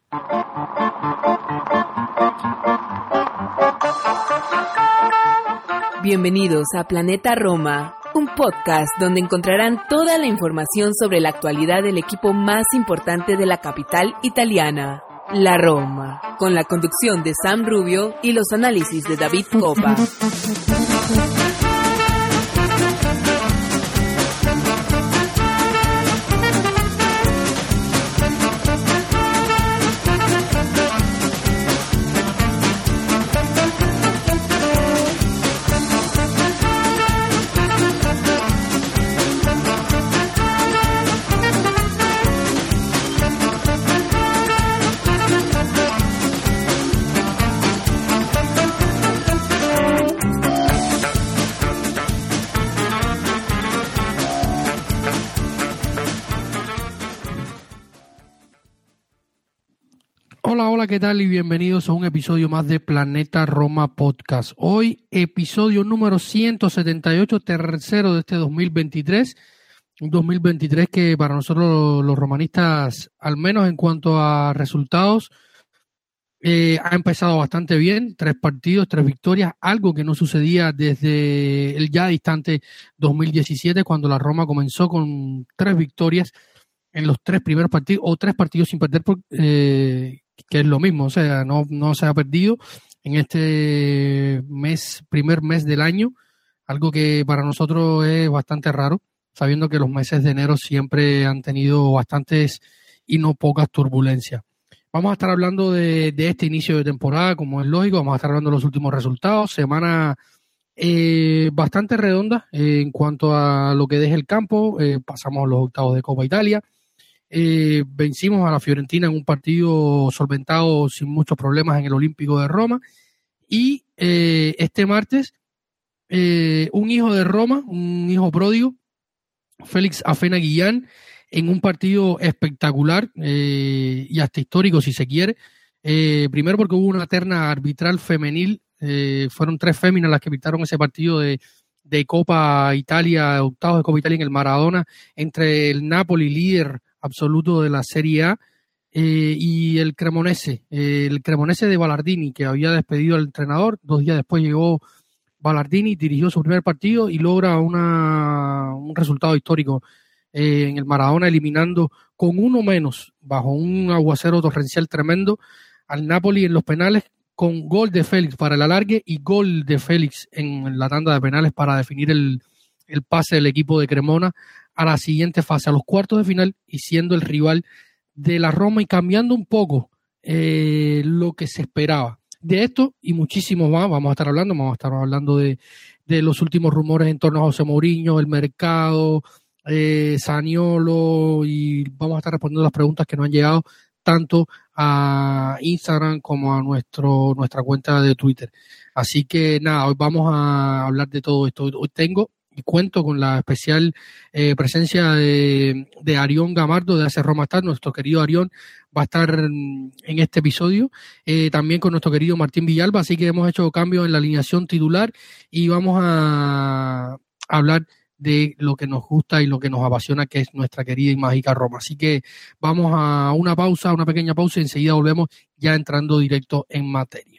Bienvenidos a Planeta Roma, un podcast donde encontrarán toda la información sobre la actualidad del equipo más importante de la capital italiana, la Roma, con la conducción de Sam Rubio y los análisis de David Coppa. Hola, ¿qué tal? Y bienvenidos a un episodio más de Planeta Roma Podcast. Hoy, episodio número 178, tercero de este 2023. Un 2023 que para nosotros los romanistas, al menos en cuanto a resultados, ha empezado bastante bien. 3 partidos, 3 victorias, algo que no sucedía desde el ya distante 2017, cuando la Roma comenzó con 3 victorias en los 3 primeros partidos, o 3 partidos sin perder, que es lo mismo, o sea, no se ha perdido en este primer mes del año, algo que para nosotros es bastante raro, sabiendo que los meses de enero siempre han tenido bastantes y no pocas turbulencias. Vamos a estar hablando de este inicio de temporada, como es lógico, vamos a estar hablando de los últimos resultados, semana bastante redonda en cuanto a lo que deja el campo, pasamos los octavos de Copa Italia. Vencimos a la Fiorentina en un partido solventado sin muchos problemas en el Olímpico de Roma, y este martes un hijo de Roma, un hijo pródigo, Félix Afena-Guillán, en un partido espectacular y hasta histórico si se quiere, primero porque hubo una terna arbitral femenil, fueron 3 féminas las que pitaron ese partido de Copa Italia, octavos de Copa Italia en el Maradona, entre el Napoli, líder absoluto de la Serie A, y el Cremonese de Ballardini, que había despedido al entrenador. 2 días después llegó Ballardini, dirigió su primer partido y logra un resultado histórico en el Maradona, eliminando con 1 menos, bajo un aguacero torrencial tremendo, al Napoli en los penales, con gol de Félix para el alargue y gol de Félix en la tanda de penales para definir el pase del equipo de Cremona a la siguiente fase, a los cuartos de final, y siendo el rival de la Roma y cambiando un poco lo que se esperaba. De esto y muchísimo más vamos a estar hablando de los últimos rumores en torno a José Mourinho, el mercado, Zaniolo, y vamos a estar respondiendo las preguntas que nos han llegado tanto a Instagram como a nuestra cuenta de Twitter. Así que nada, hoy vamos a hablar de todo esto. Hoy tengo y cuento con la especial presencia de Arión Gamardo de AC Roma Star. Nuestro querido Arión va a estar en este episodio, también con nuestro querido Martín Villalba, así que hemos hecho cambios en la alineación titular y vamos a hablar de lo que nos gusta y lo que nos apasiona, que es nuestra querida y mágica Roma. Así que vamos a una pequeña pausa, y enseguida volvemos ya entrando directo en materia.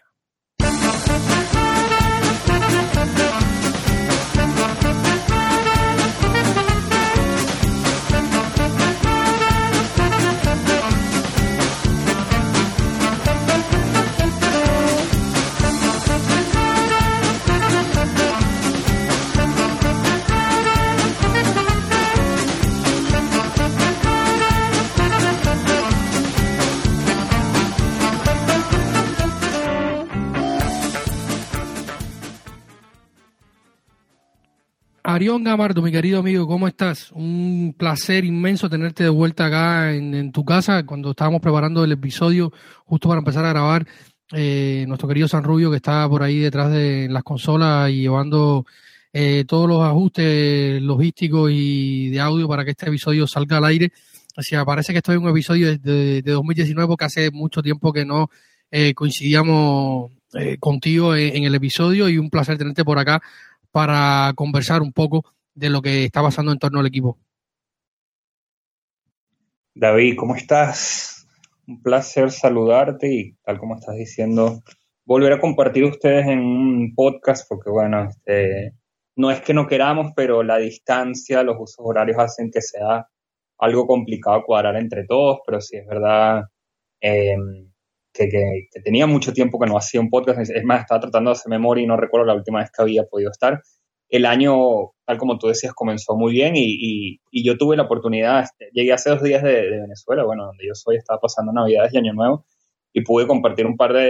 Arión Gamardo, mi querido amigo, ¿cómo estás? Un placer inmenso tenerte de vuelta acá en tu casa. Cuando estábamos preparando el episodio, justo para empezar a grabar, nuestro querido San Rubio, que está por ahí detrás de las consolas y llevando todos los ajustes logísticos y de audio para que este episodio salga al aire. O sea, parece que esto es un episodio de 2019, porque hace mucho tiempo que no coincidíamos contigo en el episodio, y un placer tenerte por acá para conversar un poco de lo que está pasando en torno al equipo. David, ¿cómo estás? Un placer saludarte y, tal como estás diciendo, volver a compartir ustedes en un podcast, porque bueno, no es que no queramos, pero la distancia, los usos horarios hacen que sea algo complicado cuadrar entre todos, pero sí es verdad eh, que tenía mucho tiempo que no hacía un podcast. Es más, estaba tratando de hacer memoria y no recuerdo la última vez que había podido estar. El año, tal como tú decías, comenzó muy bien y yo tuve la oportunidad, llegué hace 2 días de Venezuela, bueno, donde yo soy, estaba pasando Navidades y Año Nuevo, y pude compartir un par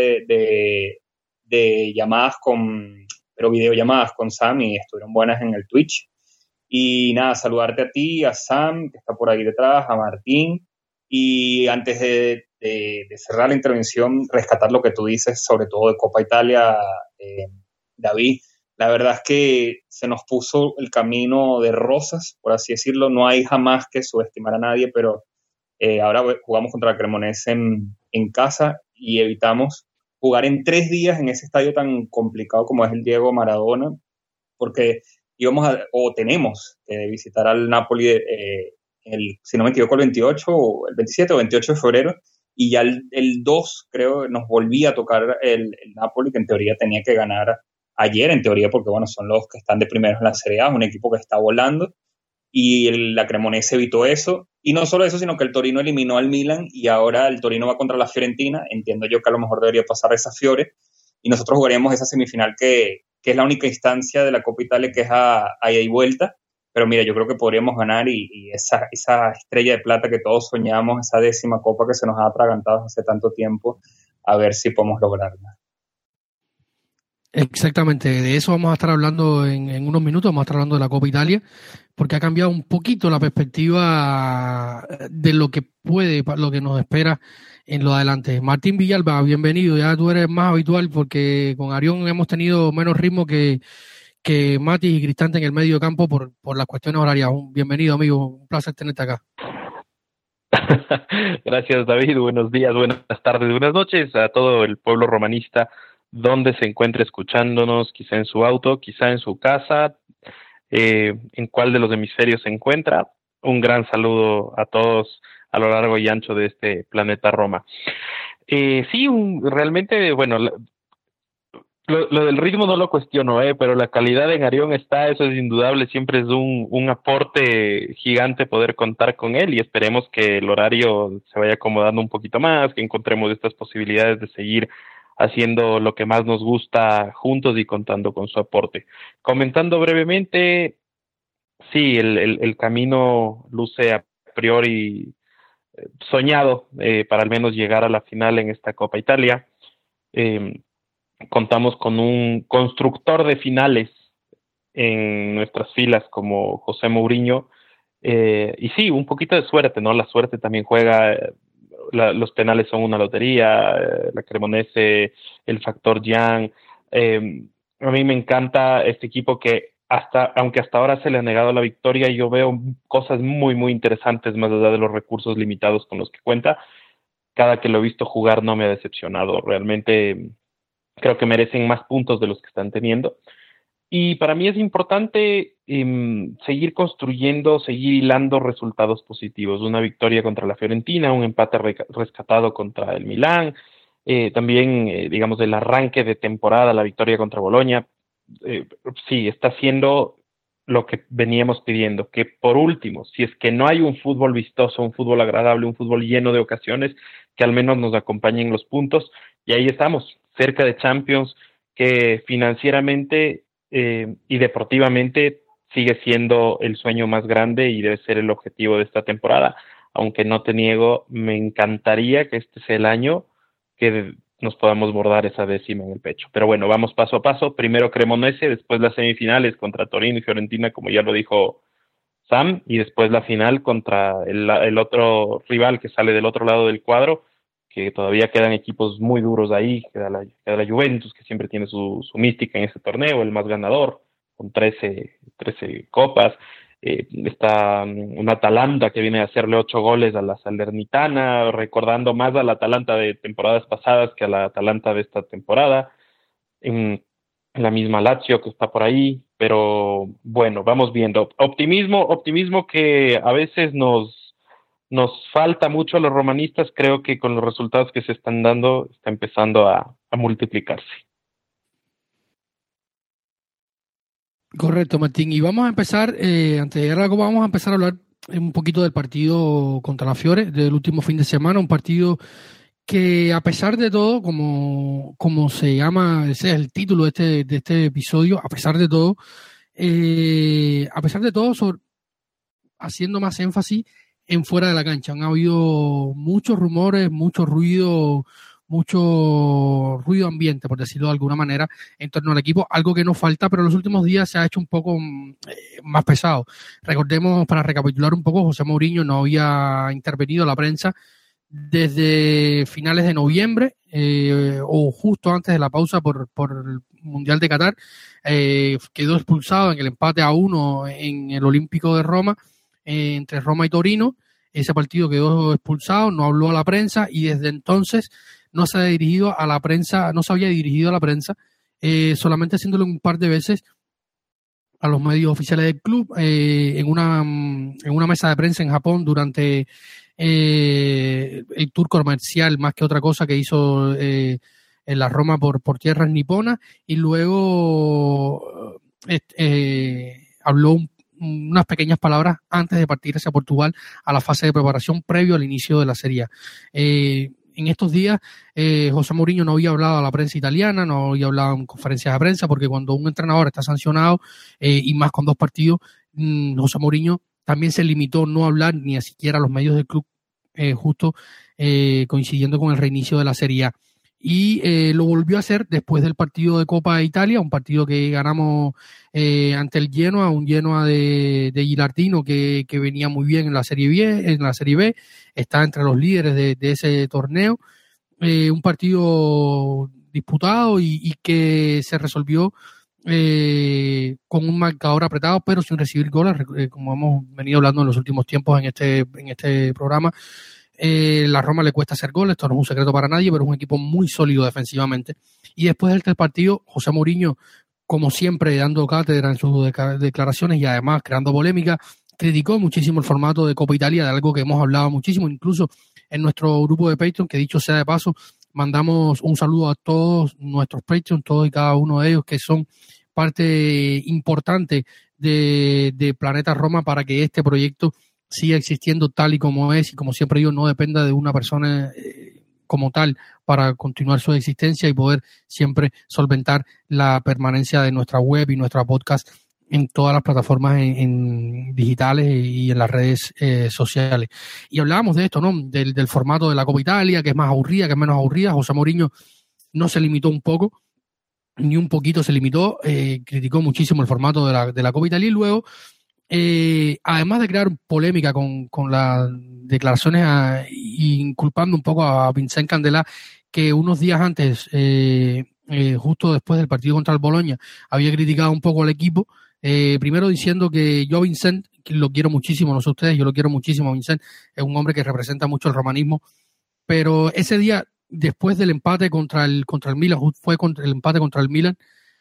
de llamadas pero videollamadas con Sam, y estuvieron buenas en el Twitch. Y nada, saludarte a ti, a Sam, que está por ahí detrás, a Martín, y antes de cerrar la intervención, rescatar lo que tú dices, sobre todo de Copa Italia, David. La verdad es que se nos puso el camino de rosas, por así decirlo. No hay jamás que subestimar a nadie, pero ahora jugamos contra la Cremonese en casa y evitamos jugar en 3 días en ese estadio tan complicado como es el Diego Maradona, porque tenemos que visitar al Napoli, si no me equivoco, el 28, o el 27 o 28 de febrero, y ya el 2, creo, nos volvía a tocar el Napoli, que en teoría tenía que ganar ayer, en teoría, porque bueno, son los que están de primeros en la Serie A, un equipo que está volando, y la Cremonese evitó eso, y no solo eso, sino que el Torino eliminó al Milan, y ahora el Torino va contra la Fiorentina. Entiendo yo que a lo mejor debería pasar esa Fiore, y nosotros jugaríamos esa semifinal que es la única instancia de la Copa Italia que es a ida y vuelta. Pero mira, yo creo que podríamos ganar, y esa estrella de plata que todos soñamos, esa 10ª copa que se nos ha atragantado hace tanto tiempo, a ver si podemos lograrla. Exactamente, de eso vamos a estar hablando en unos minutos. Vamos a estar hablando de la Copa Italia, porque ha cambiado un poquito la perspectiva de lo que lo que nos espera en lo adelante. Martín Villalba, bienvenido. Ya tú eres más habitual, porque con Arión hemos tenido menos ritmo que Matis y Cristante en el medio campo por las cuestiones horarias. Bienvenido, amigo. Un placer tenerte acá. Gracias, David. Buenos días, buenas tardes, buenas noches a todo el pueblo romanista, donde se encuentre escuchándonos, quizá en su auto, quizá en su casa, en cuál de los hemisferios se encuentra. Un gran saludo a todos a lo largo y ancho de este planeta Roma. Sí, realmente, bueno, lo del ritmo no lo cuestiono, pero la calidad en Arión está, eso es indudable. Siempre es un aporte gigante poder contar con él, y esperemos que el horario se vaya acomodando un poquito más, que encontremos estas posibilidades de seguir haciendo lo que más nos gusta juntos y contando con su aporte. Comentando brevemente, sí, el camino luce a priori soñado, para al menos llegar a la final en esta Copa Italia. Contamos con un constructor de finales en nuestras filas como José Mourinho, y sí, un poquito de suerte, ¿no? La suerte también juega. Los penales son una lotería, la Cremonese, el factor Gian. A mí me encanta este equipo que aunque hasta ahora se le ha negado la victoria, yo veo cosas muy, muy interesantes más allá de los recursos limitados con los que cuenta. Cada que lo he visto jugar no me ha decepcionado. Realmente creo que merecen más puntos de los que están teniendo. Y para mí es importante seguir construyendo, seguir hilando resultados positivos. Una victoria contra la Fiorentina, un empate rescatado contra el Milán, también, digamos, el arranque de temporada, la victoria contra Boloña. Sí, está haciendo lo que veníamos pidiendo, que por último, si es que no hay un fútbol vistoso, un fútbol agradable, un fútbol lleno de ocasiones, que al menos nos acompañen los puntos. Y ahí estamos, cerca de Champions, que financieramente y deportivamente sigue siendo el sueño más grande y debe ser el objetivo de esta temporada. Aunque no te niego, me encantaría que este sea el año que nos podamos bordar esa 10ª en el pecho. Pero bueno, vamos paso a paso. Primero Cremonese, después las semifinales contra Torino y Fiorentina, como ya lo dijo Sam, y después la final contra el otro rival que sale del otro lado del cuadro, que todavía quedan equipos muy duros ahí. Queda la Juventus, que siempre tiene su mística en ese torneo, el más ganador, con 13 copas. Está un Atalanta que viene a hacerle 8 goles a la Salernitana, recordando más a la Atalanta de temporadas pasadas que a la Atalanta de esta temporada. En la misma Lazio que está por ahí, pero bueno, vamos viendo. Optimismo que a veces nos nos falta mucho a los romanistas. Creo que con los resultados que se están dando está empezando a multiplicarse. Correcto, Martín. Y vamos a empezar, antes de llegar a algo, vamos a empezar a hablar un poquito del partido contra la Fiore, del último fin de semana, un partido que a pesar de todo, como se llama, ese es el título de este episodio, a pesar de todo, haciendo más énfasis en fuera de la cancha. Han habido muchos rumores, mucho ruido ambiente, por decirlo de alguna manera, en torno al equipo, algo que no falta, pero en los últimos días se ha hecho un poco más pesado. Recordemos, para recapitular un poco, José Mourinho no había intervenido a la prensa desde finales de noviembre, o justo antes de la pausa por el Mundial de Qatar. Quedó expulsado en el empate 1 en el Olímpico de Roma, entre Roma y Torino. Ese partido quedó expulsado, no habló a la prensa y desde entonces no se había dirigido a la prensa, solamente haciéndolo un par de veces a los medios oficiales del club, en una mesa de prensa en Japón durante el tour comercial, más que otra cosa, que hizo en la Roma por tierras niponas, y luego habló unas pequeñas palabras antes de partir hacia Portugal a la fase de preparación previo al inicio de la Serie A. En estos días José Mourinho no había hablado a la prensa italiana, no había hablado en conferencias de prensa, porque cuando un entrenador está sancionado, y más con 2 partidos, José Mourinho también se limitó no a hablar ni a siquiera a los medios del club, justo coincidiendo con el reinicio de la Serie A. Y lo volvió a hacer después del partido de Copa de Italia, un partido que ganamos ante el Genoa, un Genoa de Gilardino que venía muy bien en la Serie B, está entre los líderes de ese torneo. Un partido disputado y que se resolvió con un marcador apretado, pero sin recibir goles, como hemos venido hablando en los últimos tiempos en este programa. La Roma le cuesta hacer goles, esto no es un secreto para nadie, pero es un equipo muy sólido defensivamente. Y después del partido, José Mourinho, como siempre, dando cátedra en sus declaraciones y además creando polémica, criticó muchísimo el formato de Copa Italia, de algo que hemos hablado muchísimo, incluso en nuestro grupo de Patreon, que dicho sea de paso, mandamos un saludo a todos nuestros Patreon, todos y cada uno de ellos que son parte importante de Planeta Roma para que este proyecto siga existiendo tal y como es, y como siempre digo, no dependa de una persona como tal para continuar su existencia y poder siempre solventar la permanencia de nuestra web y nuestra podcast en todas las plataformas en digitales y en las redes sociales. Y hablábamos de esto, ¿no? Del formato de la Copa Italia, que es más aburrida, que es menos aburrida. José Mourinho no se limitó un poco, ni un poquito se limitó, criticó muchísimo el formato de la Copa Italia y luego, además de crear polémica con las declaraciones, inculpando un poco a Vincent Candela, que unos días antes, justo después del partido contra el Bologna, había criticado un poco al equipo, primero diciendo que yo a Vincent, que lo quiero muchísimo, no sé ustedes, yo lo quiero muchísimo a Vincent, es un hombre que representa mucho el romanismo, pero ese día, después del empate contra el Milan, fue el empate contra el Milan,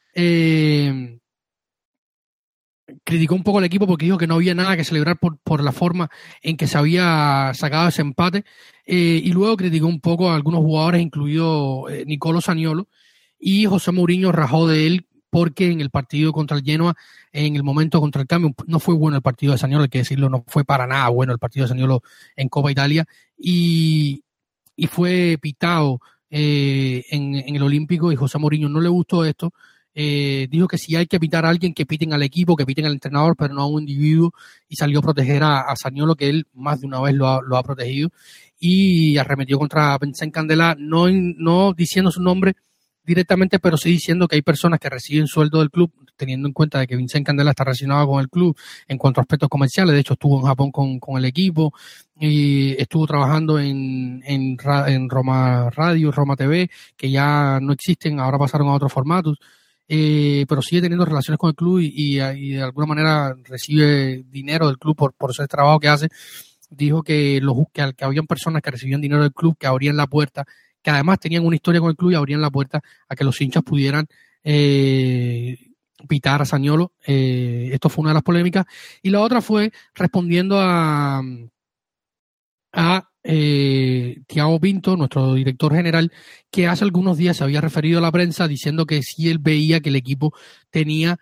criticó un poco al equipo porque dijo que no había nada que celebrar por la forma en que se había sacado ese empate, y luego criticó un poco a algunos jugadores, incluido Nicolo Zaniolo, y José Mourinho rajó de él porque en el partido contra el Genoa, en el momento contra el cambio, no fue bueno el partido de Zaniolo, hay que decirlo, no fue para nada bueno el partido de Zaniolo en Copa Italia, y fue pitado en el Olímpico, y José Mourinho no le gustó esto. Dijo que si hay que pitar a alguien, que piten al equipo, que piten al entrenador, pero no a un individuo, y salió a proteger a Zaniolo, que él más de una vez lo ha protegido, y arremetió contra Vincent Candela, no diciendo su nombre directamente, pero sí diciendo que hay personas que reciben sueldo del club, teniendo en cuenta de que Vincent Candela está relacionado con el club en cuanto a aspectos comerciales. De hecho, estuvo en Japón con el equipo y estuvo trabajando en Roma Radio, Roma TV, que ya no existen, ahora pasaron a otros formatos. Pero sigue teniendo relaciones con el club y de alguna manera recibe dinero del club por ese trabajo que hace. Dijo que habían personas que recibían dinero del club, que abrían la puerta, que además tenían una historia con el club y abrían la puerta a que los hinchas pudieran pitar a Zaniolo. Esto fue una de las polémicas. Y la otra fue respondiendo a a Thiago Pinto, nuestro director general, que hace algunos días se había referido a la prensa diciendo que sí él veía que el equipo tenía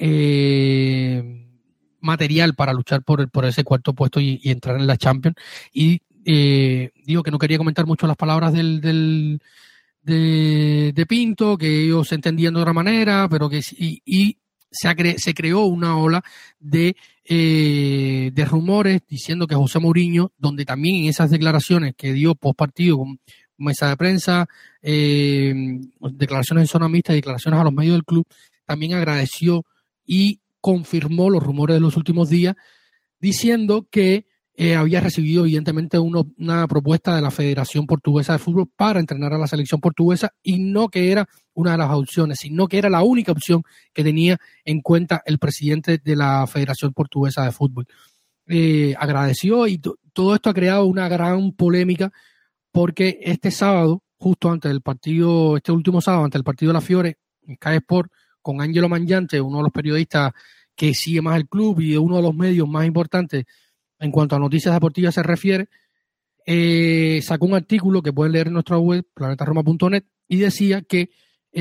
material para luchar por ese cuarto puesto y entrar en la Champions. Y digo que no quería comentar mucho las palabras de Pinto, que ellos se entendían de otra manera, pero que se creó una ola de rumores diciendo que José Mourinho, donde también en esas declaraciones que dio post partido con mesa de prensa, declaraciones en zona mixta y declaraciones a los medios del club, también agradeció y confirmó los rumores de los últimos días, diciendo que había recibido evidentemente una propuesta de la Federación Portuguesa de Fútbol para entrenar a la selección portuguesa, y no que era una de las opciones, sino que era la única opción que tenía en cuenta el presidente de la Federación Portuguesa de Fútbol. Agradeció, y todo esto ha creado una gran polémica, porque este sábado, justo antes del partido, este último sábado, antes del partido de la Fiore, en Sky Sport, con Angelo Mangiante, uno de los periodistas que sigue más el club y de uno de los medios más importantes en cuanto a noticias deportivas se refiere, sacó un artículo que pueden leer en nuestra web, planetaroma.net, y decía que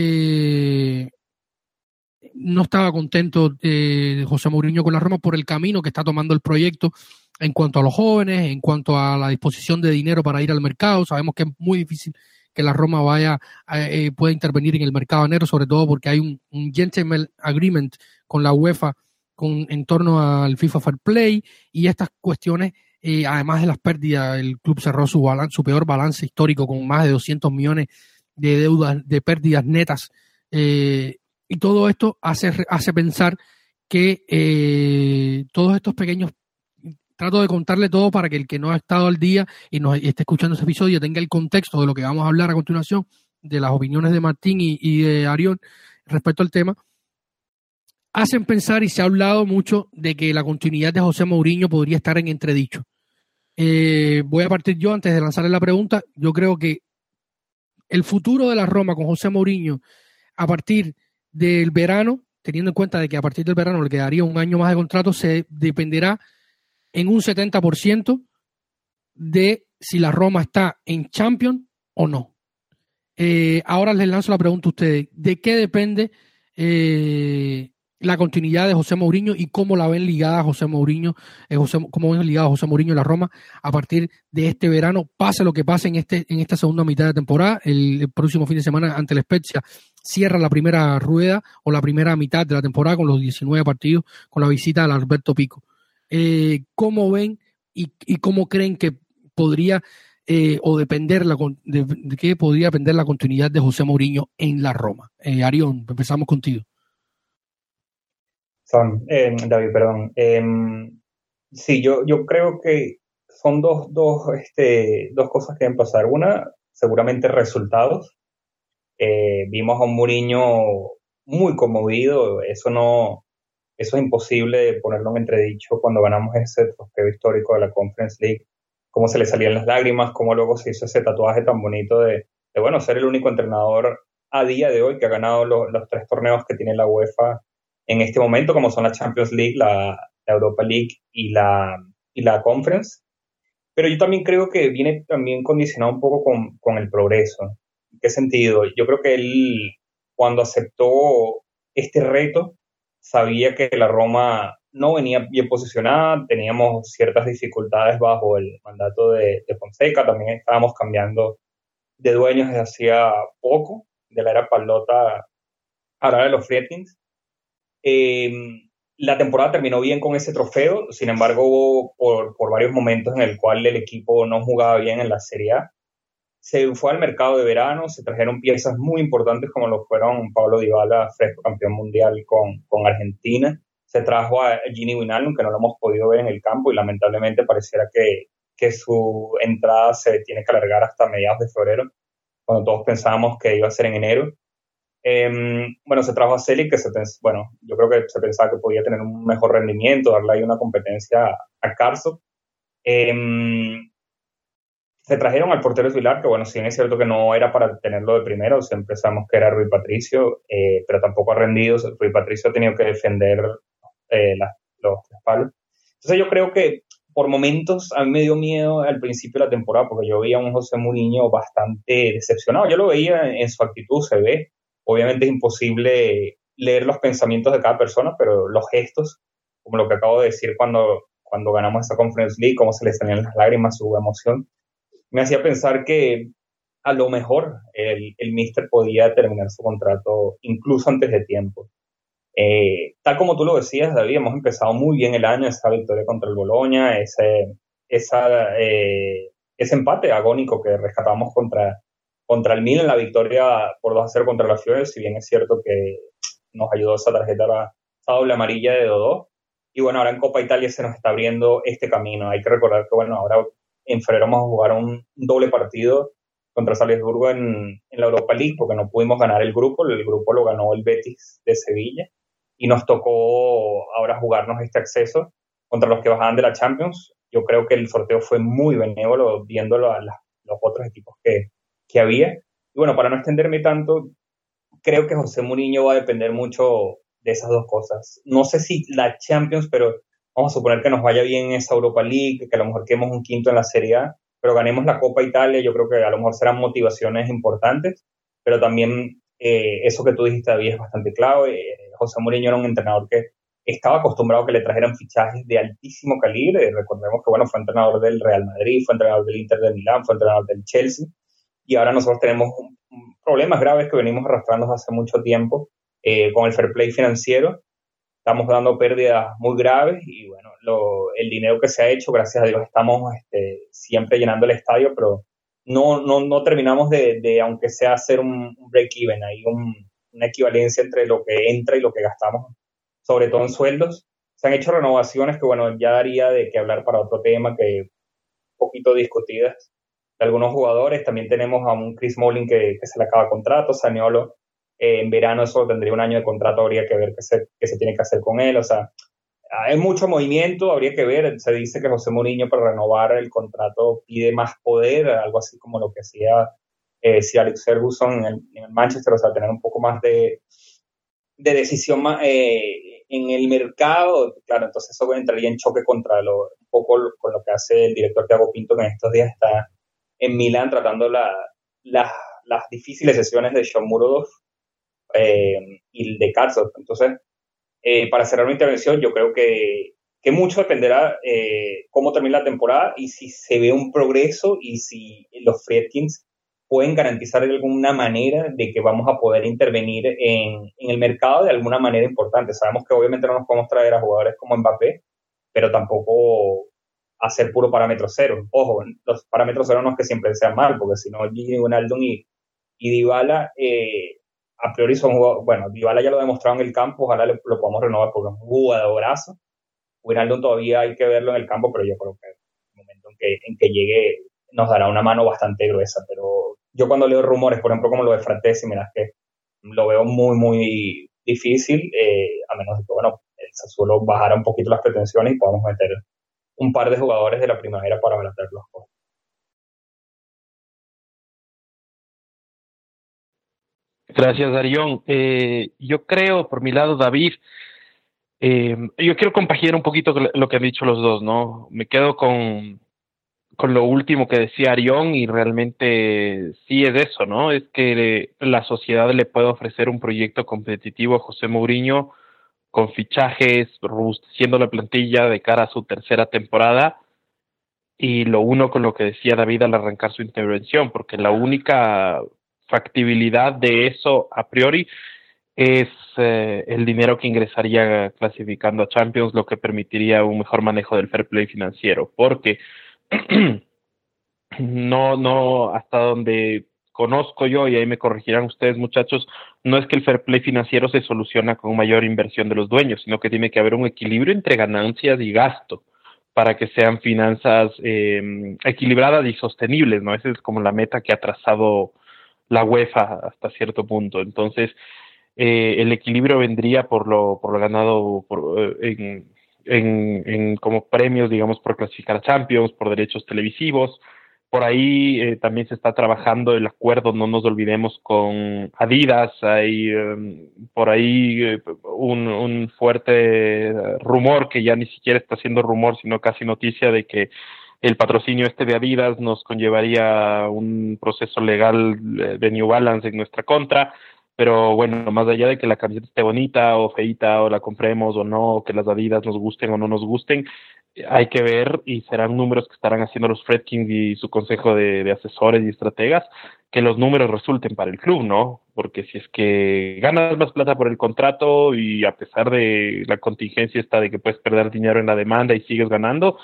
no estaba contento José Mourinho con la Roma por el camino que está tomando el proyecto en cuanto a los jóvenes, en cuanto a la disposición de dinero para ir al mercado. Sabemos que es muy difícil que la Roma pueda intervenir en el mercado de enero, sobre todo porque hay un gentleman agreement con la UEFA en torno al FIFA Fair Play y estas cuestiones. Además de las pérdidas, el club cerró su peor balance histórico con más de 200 millones de deudas, de pérdidas netas, y todo esto hace pensar que todos estos pequeños, trato de contarle todo para que el que no ha estado al día y esté escuchando este episodio tenga el contexto de lo que vamos a hablar a continuación, de las opiniones de Martín y de Arión respecto al tema. Hacen pensar, y se ha hablado mucho, de que la continuidad de José Mourinho podría estar en entredicho. Voy a partir yo, antes de lanzarle la pregunta. Yo creo que el futuro de la Roma con José Mourinho a partir del verano, teniendo en cuenta de que a partir del verano le quedaría un año más de contrato, se dependerá en un 70% de si la Roma está en Champions o no. Ahora les lanzo la pregunta a ustedes. ¿De qué depende la continuidad de José Mourinho y cómo la ven ligada a José Mourinho, cómo ven ligado a José Mourinho y la Roma a partir de este verano, pase lo que pase en esta segunda mitad de temporada? El próximo fin de semana ante el Spezia cierra la primera rueda o la primera mitad de la temporada con los 19 partidos, con la visita al Alberto Pico. ¿Cómo ven y cómo creen que podría o depender de qué podría depender la continuidad de José Mourinho en la Roma? Arión, empezamos contigo. David, perdón. Sí, yo creo que son dos cosas que deben pasar. Una, seguramente resultados. Vimos a un Mourinho muy conmovido. Eso es imposible de ponerlo en entredicho cuando ganamos ese trofeo histórico de la Conference League. Cómo se le salían las lágrimas, cómo luego se hizo ese tatuaje tan bonito de ser el único entrenador a día de hoy que ha ganado los 3 torneos que tiene la UEFA en este momento, como son la Champions League, la Europa League y la Conference. Pero yo también creo que viene también condicionado un poco con el progreso. ¿En qué sentido? Yo creo que él, cuando aceptó este reto, sabía que la Roma no venía bien posicionada, teníamos ciertas dificultades bajo el mandato de Fonseca, también estábamos cambiando de dueños desde hacía poco, de la era Pallotta a la era de los Friedkins. La temporada terminó bien con ese trofeo, sin embargo hubo por varios momentos en el cual el equipo no jugaba bien en la Serie A. Se fue al mercado de verano, se trajeron piezas muy importantes como lo fueron Paulo Dybala, fresco campeón mundial con Argentina. Se trajo a Gini Wijnaldum, que no lo hemos podido ver en el campo y lamentablemente pareciera que su entrada se tiene que alargar hasta mediados de febrero, cuando todos pensábamos que iba a ser en enero. Se trajo a Celic, yo creo que se pensaba que podía tener un mejor rendimiento, darle ahí una competencia a Karsdorp. Se trajeron al portero Vilar, que si bien es cierto que no era para tenerlo de primero, siempre sabemos que era Rui Patricio, pero tampoco ha rendido. Rui Patricio ha tenido que defender los palos. Entonces yo creo que por momentos a mí me dio miedo al principio de la temporada porque yo veía a un José Mourinho bastante decepcionado. Yo lo veía en su actitud, se ve. Obviamente es imposible leer los pensamientos de cada persona, pero los gestos, como lo que acabo de decir cuando ganamos esa Conference League, cómo se le salían las lágrimas, su emoción, me hacía pensar que a lo mejor el Mister podía terminar su contrato incluso antes de tiempo. Tal como tú lo decías, David, hemos empezado muy bien el año, esa victoria contra el Bologna, ese empate agónico que rescatamos contra el Milan, la victoria por 2-0 contra la Fiore, si bien es cierto que nos ayudó esa tarjeta, esa doble amarilla de Dodó. Y bueno, ahora en Copa Italia se nos está abriendo este camino. Hay que recordar que bueno, ahora en febrero vamos a jugar un doble partido contra Salzburgo en la Europa League porque no pudimos ganar el grupo lo ganó el Betis de Sevilla y nos tocó ahora jugarnos este acceso contra los que bajaban de la Champions. Yo creo que el sorteo fue muy benévolo viéndolo a los otros equipos que había. Y bueno, para no extenderme tanto, creo que José Mourinho va a depender mucho de esas dos cosas. No sé si la Champions, pero vamos a suponer que nos vaya bien esa Europa League, que a lo mejor quedemos un quinto en la Serie A, pero ganemos la Copa Italia. Yo creo que a lo mejor serán motivaciones importantes, pero también eso que tú dijiste, David, es bastante clave. José Mourinho era un entrenador que estaba acostumbrado a que le trajeran fichajes de altísimo calibre. Recordemos que bueno, fue entrenador del Real Madrid, fue entrenador del Inter de Milán, fue entrenador del Chelsea, y ahora nosotros tenemos problemas graves que venimos arrastrando hace mucho tiempo con el fair play financiero. Estamos dando pérdidas muy graves y bueno, el dinero que se ha hecho, gracias a Dios, estamos siempre llenando el estadio, pero no terminamos de aunque sea hacer un break-even, hay una equivalencia entre lo que entra y lo que gastamos, sobre todo en sueldos. Se han hecho renovaciones que bueno, ya daría de qué hablar para otro tema, que un poquito discutidas, de algunos jugadores. También tenemos a un Chris Smalling que se le acaba contrato, Zaniolo en verano eso tendría un año de contrato, habría que ver qué se tiene que hacer con él. O sea, hay mucho movimiento, habría que ver. Se dice que José Mourinho para renovar el contrato pide más poder, algo así como lo que hacía Sir Alex Ferguson en el Manchester, o sea, tener un poco más de decisión en el mercado. Claro, entonces eso entraría en choque contra un poco con lo que hace el director Thiago Pinto, que en estos días está en Milán tratando las difíciles sesiones de Sean Murodov y de Karsdorp. Entonces, para cerrar mi intervención, yo creo que mucho dependerá cómo termina la temporada y si se ve un progreso y si los Friedkins pueden garantizar de alguna manera de que vamos a poder intervenir en el mercado de alguna manera importante. Sabemos que obviamente no nos podemos traer a jugadores como Mbappé, pero tampoco hacer puro parámetro cero. Ojo, los parámetros cero no es que siempre sean mal, porque si no, Gini, Wijnaldum y Dybala a priori son jugadores. Bueno, Dybala ya lo ha demostrado en el campo, ojalá lo podamos renovar porque es un jugadorazo. Wijnaldum todavía hay que verlo en el campo, pero yo creo que en el momento en que llegue nos dará una mano bastante gruesa. Pero yo cuando leo rumores, por ejemplo, como lo de Fratesi, mira, es que lo veo muy, muy difícil, a menos de que, bueno, el Sassuolo bajara un poquito las pretensiones y podamos meter un par de jugadores de la primavera para abaratar los costos. Gracias, Darión. Yo creo, por mi lado, David, yo quiero compaginar un poquito lo que han dicho los dos, ¿no? Me quedo con lo último que decía Arión y realmente sí es eso, ¿no? Es que la sociedad le puede ofrecer un proyecto competitivo a José Mourinho con fichajes, robusteciendo la plantilla de cara a su tercera temporada, y lo uno con lo que decía David al arrancar su intervención, porque la única factibilidad de eso a priori es el dinero que ingresaría clasificando a Champions, lo que permitiría un mejor manejo del fair play financiero, porque no, hasta donde conozco yo, y ahí me corregirán ustedes, muchachos, no es que el fair play financiero se soluciona con mayor inversión de los dueños, sino que tiene que haber un equilibrio entre ganancias y gasto para que sean finanzas equilibradas y sostenibles, ¿no? Esa es como la meta que ha trazado la UEFA hasta cierto punto. Entonces, el equilibrio vendría por lo ganado en como premios, digamos, por clasificar a Champions, por derechos televisivos, Por ahí también se está trabajando el acuerdo, no nos olvidemos, con Adidas. Hay por ahí un fuerte rumor, que ya ni siquiera está siendo rumor, sino casi noticia, de que el patrocinio de Adidas nos conllevaría un proceso legal de New Balance en nuestra contra. Pero bueno, más allá de que la camiseta esté bonita o feita, o la compremos o no, o que las Adidas nos gusten o no nos gusten, hay que ver, y serán números que estarán haciendo los Fredkin y su consejo de asesores y estrategas, que los números resulten para el club, ¿no? Porque si es que ganas más plata por el contrato, y a pesar de la contingencia esta de que puedes perder dinero en la demanda y sigues ganando,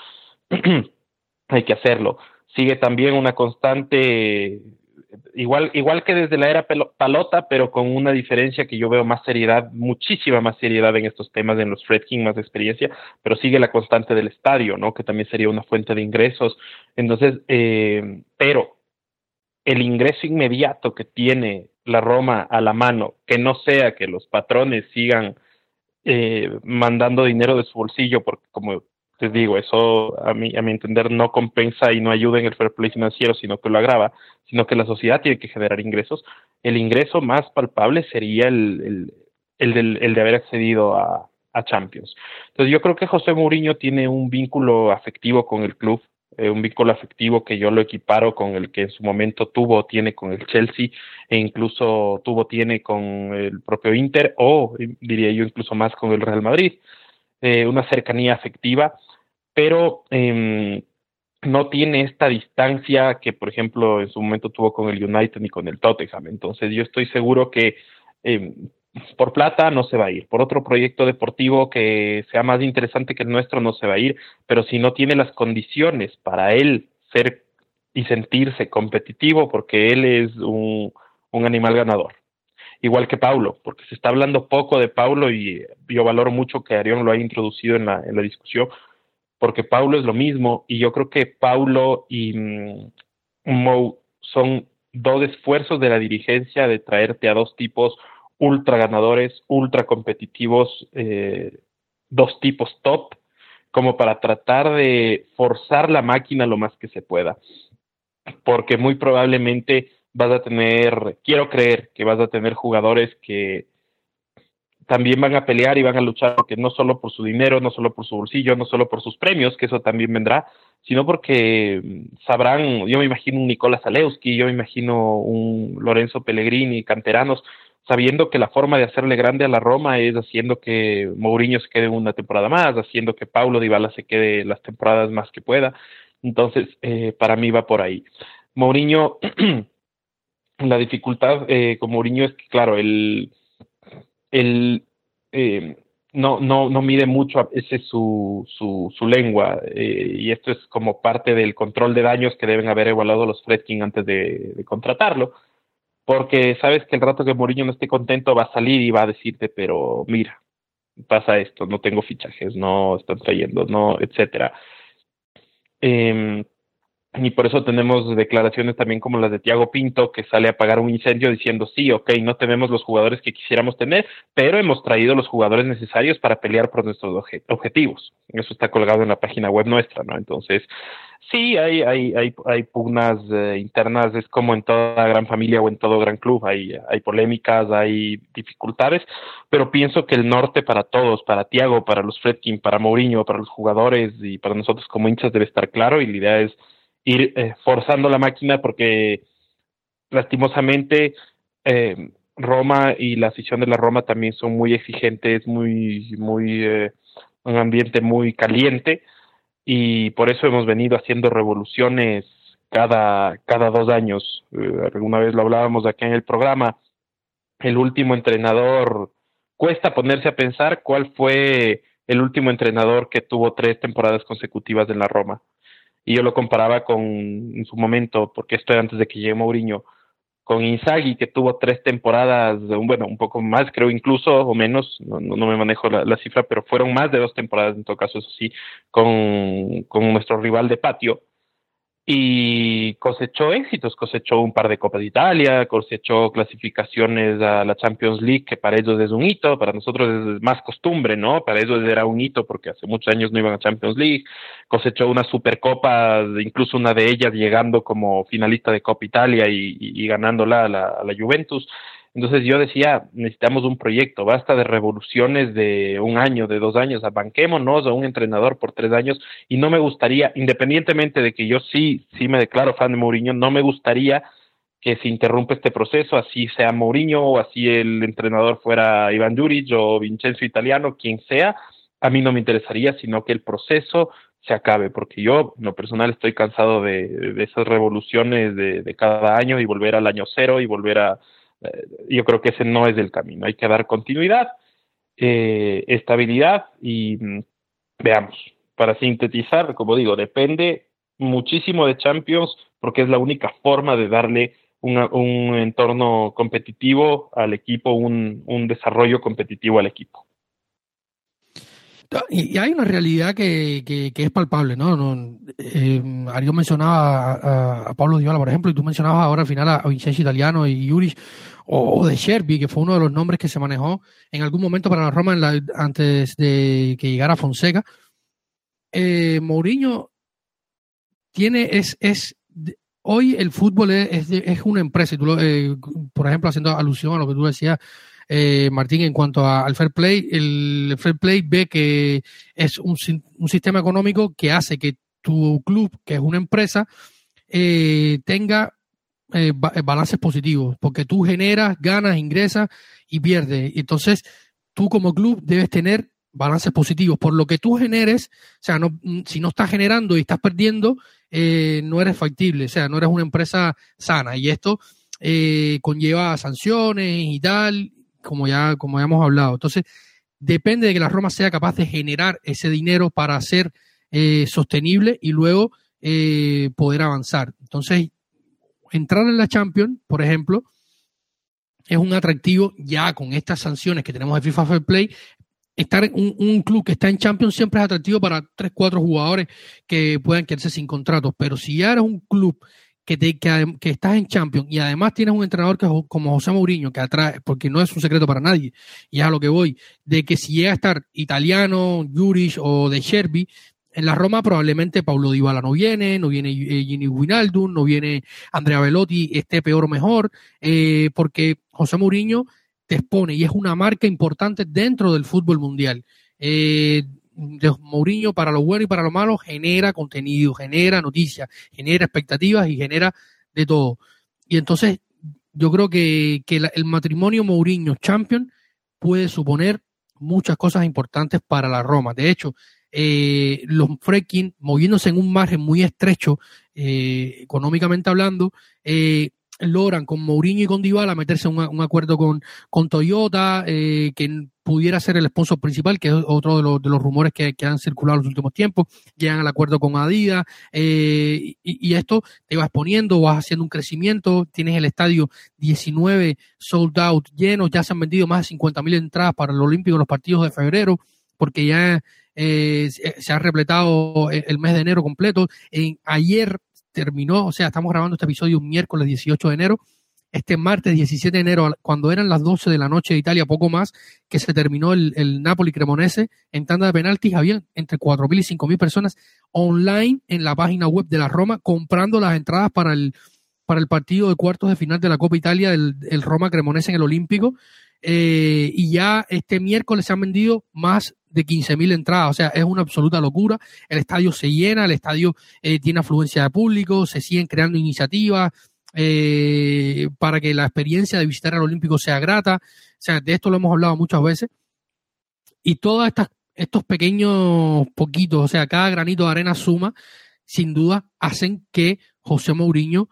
hay que hacerlo. Sigue también una constante, igual que desde la era Palota, pero con una diferencia, que yo veo más seriedad, muchísima más seriedad en estos temas, en los Fredkin, más experiencia, pero sigue la constante del estadio, ¿no? Que también sería una fuente de ingresos. Entonces, pero el ingreso inmediato que tiene la Roma a la mano, que no sea que los patrones sigan mandando dinero de su bolsillo, porque, como les digo, eso a mi entender no compensa y no ayuda en el fair play financiero, sino que lo agrava, sino que la sociedad tiene que generar ingresos. El ingreso más palpable sería el de haber accedido a Champions. Entonces yo creo que José Mourinho tiene un vínculo afectivo con el club, un vínculo afectivo que yo lo equiparo con el que en su momento tiene con el Chelsea, e incluso tiene con el propio Inter, o diría yo incluso más con el Real Madrid. Una cercanía afectiva, pero no tiene esta distancia que, por ejemplo, en su momento tuvo con el United y con el Tottenham. Entonces yo estoy seguro que por plata no se va a ir, por otro proyecto deportivo que sea más interesante que el nuestro no se va a ir, pero si no tiene las condiciones para él ser y sentirse competitivo, porque él es un animal ganador. Igual que Paulo, porque se está hablando poco de Paulo, y yo valoro mucho que Arión lo haya introducido en la discusión, porque Paulo es lo mismo, y yo creo que Paulo y Mou son dos esfuerzos de la dirigencia de traerte a dos tipos ultra ganadores, ultra competitivos, dos tipos top, como para tratar de forzar la máquina lo más que se pueda, porque muy probablemente vas a tener, quiero creer que vas a tener jugadores que también van a pelear y van a luchar, porque no solo por su dinero, no solo por su bolsillo, no solo por sus premios, que eso también vendrá, sino porque sabrán, yo me imagino un Nicola Zalewski, yo me imagino un Lorenzo Pellegrini, canteranos, sabiendo que la forma de hacerle grande a la Roma es haciendo que Mourinho se quede una temporada más, haciendo que Paulo Dybala se quede las temporadas más que pueda. Entonces, para mí va por ahí. Mourinho, la dificultad con Mourinho es que, claro, él no mide mucho, ese es su lengua, y esto es como parte del control de daños que deben haber evaluado los Fredkin antes de contratarlo, porque sabes que el rato que Mourinho no esté contento va a salir y va a decirte, pero mira, pasa esto, no tengo fichajes, no están trayendo, no, etcétera. Y por eso tenemos declaraciones también como las de Thiago Pinto, que sale a apagar un incendio diciendo, sí, ok, no tenemos los jugadores que quisiéramos tener, pero hemos traído los jugadores necesarios para pelear por nuestros objetivos. Eso está colgado en la página web nuestra, ¿no? Entonces, sí, hay pugnas internas, es como en toda gran familia o en todo gran club, hay polémicas, hay dificultades, pero pienso que el norte para todos, para Thiago, para los Fredkin, para Mourinho, para los jugadores y para nosotros como hinchas debe estar claro, y la idea es ir forzando la máquina, porque lastimosamente Roma y la afición de la Roma también son muy exigentes, muy un ambiente muy caliente, y por eso hemos venido haciendo revoluciones cada 2 años. Alguna vez lo hablábamos aquí en el programa, el último entrenador, cuesta ponerse a pensar cuál fue el último entrenador que tuvo 3 temporadas consecutivas en la Roma. Y yo lo comparaba en su momento, porque esto era antes de que llegue Mourinho, con Inzaghi, que tuvo 3 temporadas, bueno, un poco más, creo incluso, o menos, no me manejo la cifra, pero fueron más de 2 temporadas, en todo caso, eso sí, con nuestro rival de patio. y cosechó éxitos, cosechó un par de Copa de Italia, cosechó clasificaciones a la Champions League, que para ellos es un hito, para nosotros es más costumbre, ¿no? Para ellos era un hito porque hace muchos años no iban a Champions League, cosechó una Supercopa, incluso una de ellas llegando como finalista de Copa Italia y ganándola a la Juventus. Entonces yo decía, necesitamos un proyecto, basta de revoluciones de 1 año, de 2 años, banquémonos a un entrenador por 3 años, y no me gustaría, independientemente de que yo sí me declaro fan de Mourinho, no me gustaría que se interrumpa este proceso, así sea Mourinho o así el entrenador fuera Ivan Juric o Vincenzo Italiano, quien sea, a mí no me interesaría, sino que el proceso se acabe, porque yo, en lo personal, estoy cansado de esas revoluciones de cada año y volver al año cero y volver a... yo creo que ese no es el camino, hay que dar continuidad, estabilidad y veamos, para sintetizar, como digo, depende muchísimo de Champions porque es la única forma de darle un entorno competitivo al equipo, un desarrollo competitivo al equipo. Y hay una realidad que es palpable, ¿no? Ariel mencionaba a Pablo Dybala, por ejemplo, y tú mencionabas ahora al final a Vincenzo Italiano y Juric, o de Sherby, que fue uno de los nombres que se manejó en algún momento para la Roma antes de que llegara Fonseca. Mourinho hoy el fútbol es una empresa, y tú por ejemplo, haciendo alusión a lo que tú decías, Martín, en cuanto al fair play, el fair play ve que es un sistema económico que hace que tu club, que es una empresa, tenga balances positivos, porque tú generas, ganas, ingresas y pierdes. Entonces, tú como club debes tener balances positivos. Por lo que tú generes, o sea, si no estás generando y estás perdiendo, no eres factible, o sea, no eres una empresa sana. Y esto conlleva sanciones y tal, como ya hemos hablado. Entonces, depende de que la Roma sea capaz de generar ese dinero para ser sostenible y luego poder avanzar. Entonces, entrar en la Champions, por ejemplo, es un atractivo ya con estas sanciones que tenemos de FIFA Fair Play. Estar en un club que está en Champions siempre es atractivo para 3-4 jugadores que puedan quedarse sin contratos, pero si ya eres un club que estás en Champions y además tienes un entrenador como José Mourinho, que atrae, porque no es un secreto para nadie, y es a lo que voy, de que si llega a estar Italiano, Juric o De Sherby, en la Roma probablemente Paulo Dybala no viene Gini Wijnaldum, no viene Andrea Belotti, esté peor o mejor, porque José Mourinho te expone y es una marca importante dentro del fútbol mundial. Mourinho, para lo bueno y para lo malo, genera contenido, genera noticias, genera expectativas y genera de todo. Y entonces yo creo que el matrimonio Mourinho-Champions puede suponer muchas cosas importantes para la Roma. De hecho, los Friedkin, moviéndose en un margen muy estrecho, económicamente hablando, logran con Mourinho y con Dybala meterse en un acuerdo con Toyota, que pudiera ser el sponsor principal, que es otro de los rumores que han circulado en los últimos tiempos. Llegan al acuerdo con Adidas, y esto te va exponiendo, vas haciendo un crecimiento. Tienes el estadio 19 sold out llenos, ya se han vendido más de 50.000 entradas para el Olímpico en los partidos de febrero, porque ya se ha repletado el mes de enero completo. Ayer terminó, o sea, estamos grabando este episodio un miércoles 18 de enero, este martes 17 de enero, cuando eran las 12 de la noche de Italia, poco más, que se terminó el Napoli-Cremonese en tanda de penaltis. Había entre 4.000 y 5.000 personas online en la página web de la Roma comprando las entradas para el partido de cuartos de final de la Copa Italia, el Roma-Cremonese en el Olímpico, y ya este miércoles se han vendido más de 15.000 entradas, o sea, es una absoluta locura. El estadio se llena, el estadio tiene afluencia de público, se siguen creando iniciativas para que la experiencia de visitar el Olímpico sea grata. O sea, de esto lo hemos hablado muchas veces. Y todos estos pequeños poquitos, o sea, cada granito de arena suma, sin duda, hacen que José Mourinho,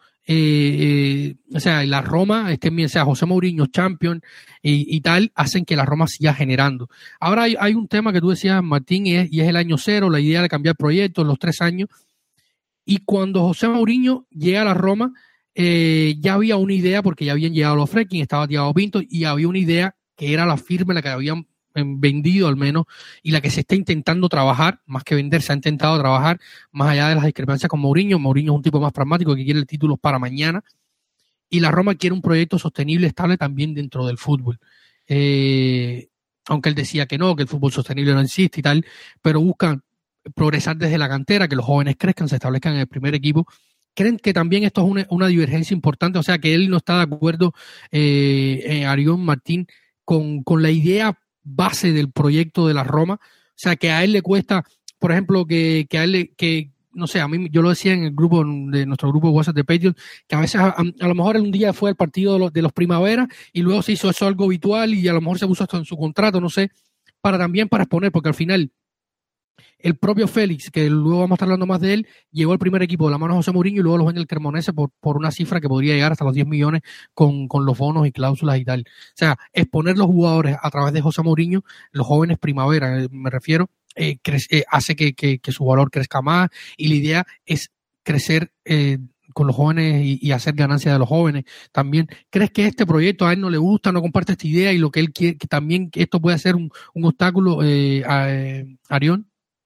o sea, la Roma, o sea, José Mourinho, Champions y tal, hacen que la Roma siga generando. Ahora hay un tema que tú decías, Martín, y es el año cero, la idea de cambiar proyectos, los 3 años. Y cuando José Mourinho llega a la Roma, ya había una idea, porque ya habían llegado los Friedkin, estaba Thiago Pinto, y había una idea que era la firme, la que habían vendido al menos, y la que se está intentando trabajar, más que vender, se ha intentado trabajar, más allá de las discrepancias con Mourinho. Mourinho es un tipo más pragmático que quiere el título para mañana, y la Roma quiere un proyecto sostenible, estable también dentro del fútbol. Aunque él decía que no, que el fútbol sostenible no existe y tal, pero buscan progresar desde la cantera, que los jóvenes crezcan, se establezcan en el primer equipo. ¿Creen que también esto es una divergencia importante? O sea, que él no está de acuerdo, Arión Martín, con la idea base del proyecto de la Roma. O sea, que a él le cuesta, por ejemplo, que a él no sé, a mí yo lo decía en el grupo de nuestro grupo de WhatsApp de Patreon, que a veces a lo mejor un día fue al partido de los Primavera y luego se hizo eso algo habitual y a lo mejor se puso esto en su contrato, no sé, para exponer, porque al final el propio Félix, que luego vamos a estar hablando más de él, llegó al primer equipo de la mano de José Mourinho y luego lo vende el Cremonese por una cifra que podría llegar hasta los 10 millones con los bonos y cláusulas y tal. O sea, exponer los jugadores a través de José Mourinho, los jóvenes Primavera, me refiero, hace que su valor crezca más, y la idea es crecer con los jóvenes y hacer ganancia de los jóvenes también. ¿Crees que este proyecto a él no le gusta, no comparte esta idea y lo que él quiere, que también esto puede ser un obstáculo, Arión?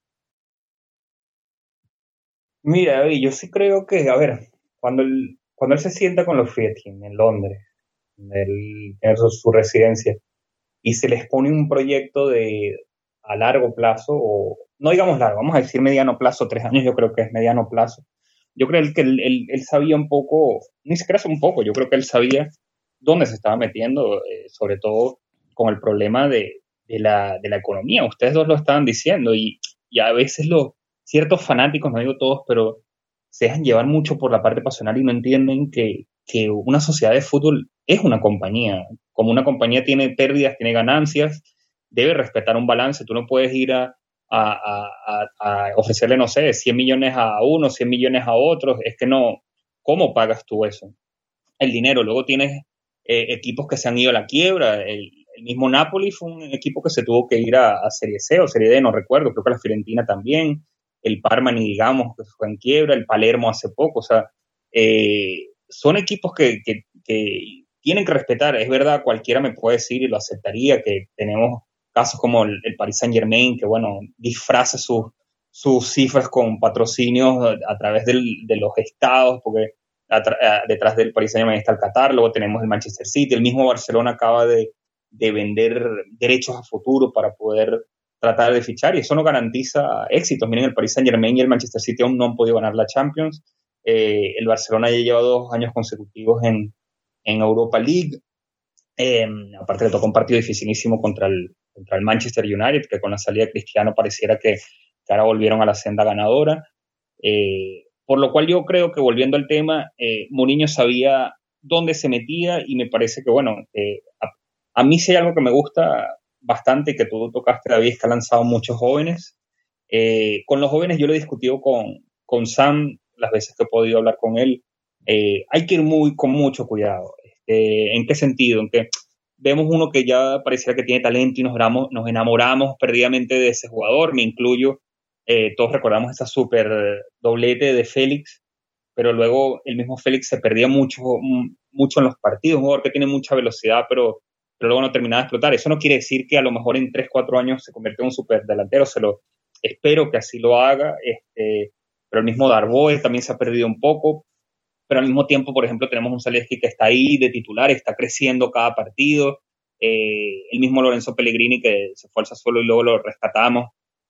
Mira, David, yo sí creo que, a ver, cuando él se sienta con los Friedkin en Londres, él tiene su residencia, y se les pone un proyecto a largo plazo, o no digamos largo, vamos a decir mediano plazo, 3 años yo creo que es mediano plazo. Yo creo que él sabía un poco, ni siquiera un poco, yo creo que él sabía dónde se estaba metiendo, sobre todo con el problema de la economía. Ustedes dos lo estaban diciendo, y a veces ciertos fanáticos, no digo todos, pero se dejan llevar mucho por la parte pasional y no entienden que una sociedad de fútbol es una compañía. Como una compañía tiene pérdidas, tiene ganancias, debe respetar un balance. Tú no puedes ir a ofrecerle, no sé, 100 millones a uno, 100 millones a otros. Es que no, ¿cómo pagas tú eso? El dinero. Luego tienes equipos que se han ido a la quiebra. El mismo Napoli fue un equipo que se tuvo que ir a Serie C o Serie D, no recuerdo. Creo que la Fiorentina también. El Parma, ni digamos, que fue en quiebra. El Palermo hace poco. O sea, son equipos que tienen que respetar. Es verdad, cualquiera me puede decir y lo aceptaría, que tenemos casos como el Paris Saint-Germain, que bueno, disfraza sus cifras con patrocinios a través de los estados, porque detrás del Paris Saint-Germain está el Qatar. Luego tenemos el Manchester City. El mismo Barcelona acaba de vender derechos a futuro para poder tratar de fichar, y eso no garantiza éxitos. Miren, el Paris Saint-Germain y el Manchester City aún no han podido ganar la Champions. El Barcelona ya lleva 2 años consecutivos en Europa League. Aparte le tocó un partido dificilísimo contra el Manchester United, que con la salida de Cristiano pareciera que ahora volvieron a la senda ganadora. Por lo cual yo creo que, volviendo al tema, Mourinho sabía dónde se metía, y me parece que, bueno, a mí sí hay algo que me gusta bastante, que tú tocaste, David, es que ha lanzado muchos jóvenes. Con los jóvenes yo lo he discutido con Sam las veces que he podido hablar con él. Hay que ir con mucho cuidado. ¿En qué sentido? En que vemos uno que ya pareciera que tiene talento y nos enamoramos perdidamente de ese jugador, me incluyo. Todos recordamos esa super doblete de Félix, pero luego el mismo Félix se perdía mucho en los partidos. Un jugador que tiene mucha velocidad, pero luego no terminaba de explotar. Eso no quiere decir que a lo mejor en 3-4 años se convierte en un super delantero. Espero que así lo haga. Pero el mismo Darboe también se ha perdido un poco. Pero al mismo tiempo, por ejemplo, tenemos un Zalewski que está ahí de titular, está creciendo cada partido. El mismo Lorenzo Pellegrini, que se fue al Sassuolo y luego lo rescatamos,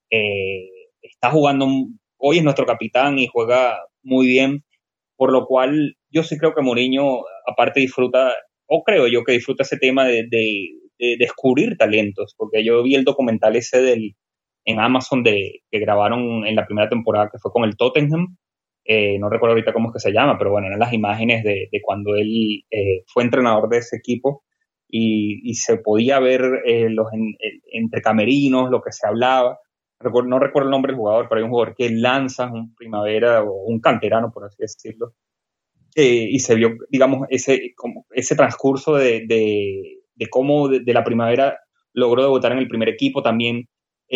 está jugando, hoy es nuestro capitán y juega muy bien, por lo cual yo sí creo que Mourinho aparte disfruta, o creo yo que disfruta ese tema de descubrir talentos, porque yo vi el documental ese en Amazon que grabaron en la primera temporada, que fue con el Tottenham. No recuerdo ahorita cómo es que se llama, pero bueno, eran las imágenes de cuando él fue entrenador de ese equipo, y se podía ver entre camerinos lo que se hablaba. No recuerdo el nombre del jugador, pero hay un jugador que lanza un Primavera, o un canterano, por así decirlo, y se vio, digamos, ese transcurso de cómo de la Primavera logró debutar en el primer equipo. También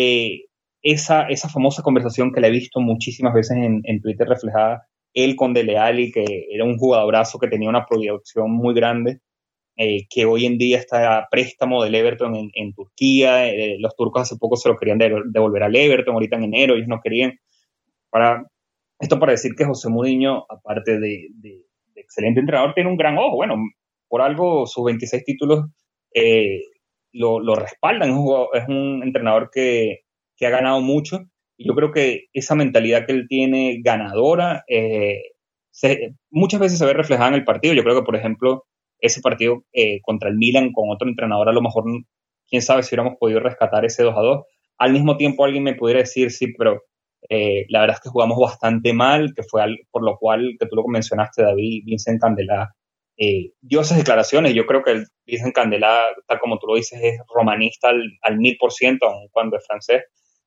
esa famosa conversación que la he visto muchísimas veces en Twitter reflejada, él con Dele Alli, que era un jugadorazo que tenía una proyección muy grande, que hoy en día está a préstamo del Everton en Turquía. Los turcos hace poco se lo querían devolver al Everton, ahorita en enero ellos no querían. Esto para decir que José Mourinho, aparte de excelente entrenador, tiene un gran ojo. Bueno, por algo sus 26 títulos lo respaldan. Es un entrenador que ha ganado mucho. Y yo creo que esa mentalidad que él tiene ganadora muchas veces se ve reflejada en el partido. Yo creo que, por ejemplo, ese partido contra el Milan con otro entrenador, a lo mejor, quién sabe si hubiéramos podido rescatar ese 2-2. Al mismo tiempo alguien me pudiera decir, sí, pero la verdad es que jugamos bastante mal, que fue por lo cual, que tú lo mencionaste, David, Vincent Candela dio esas declaraciones. Yo creo que el Vincent Candela, tal como tú lo dices, es romanista al 1000%, aun cuando es francés,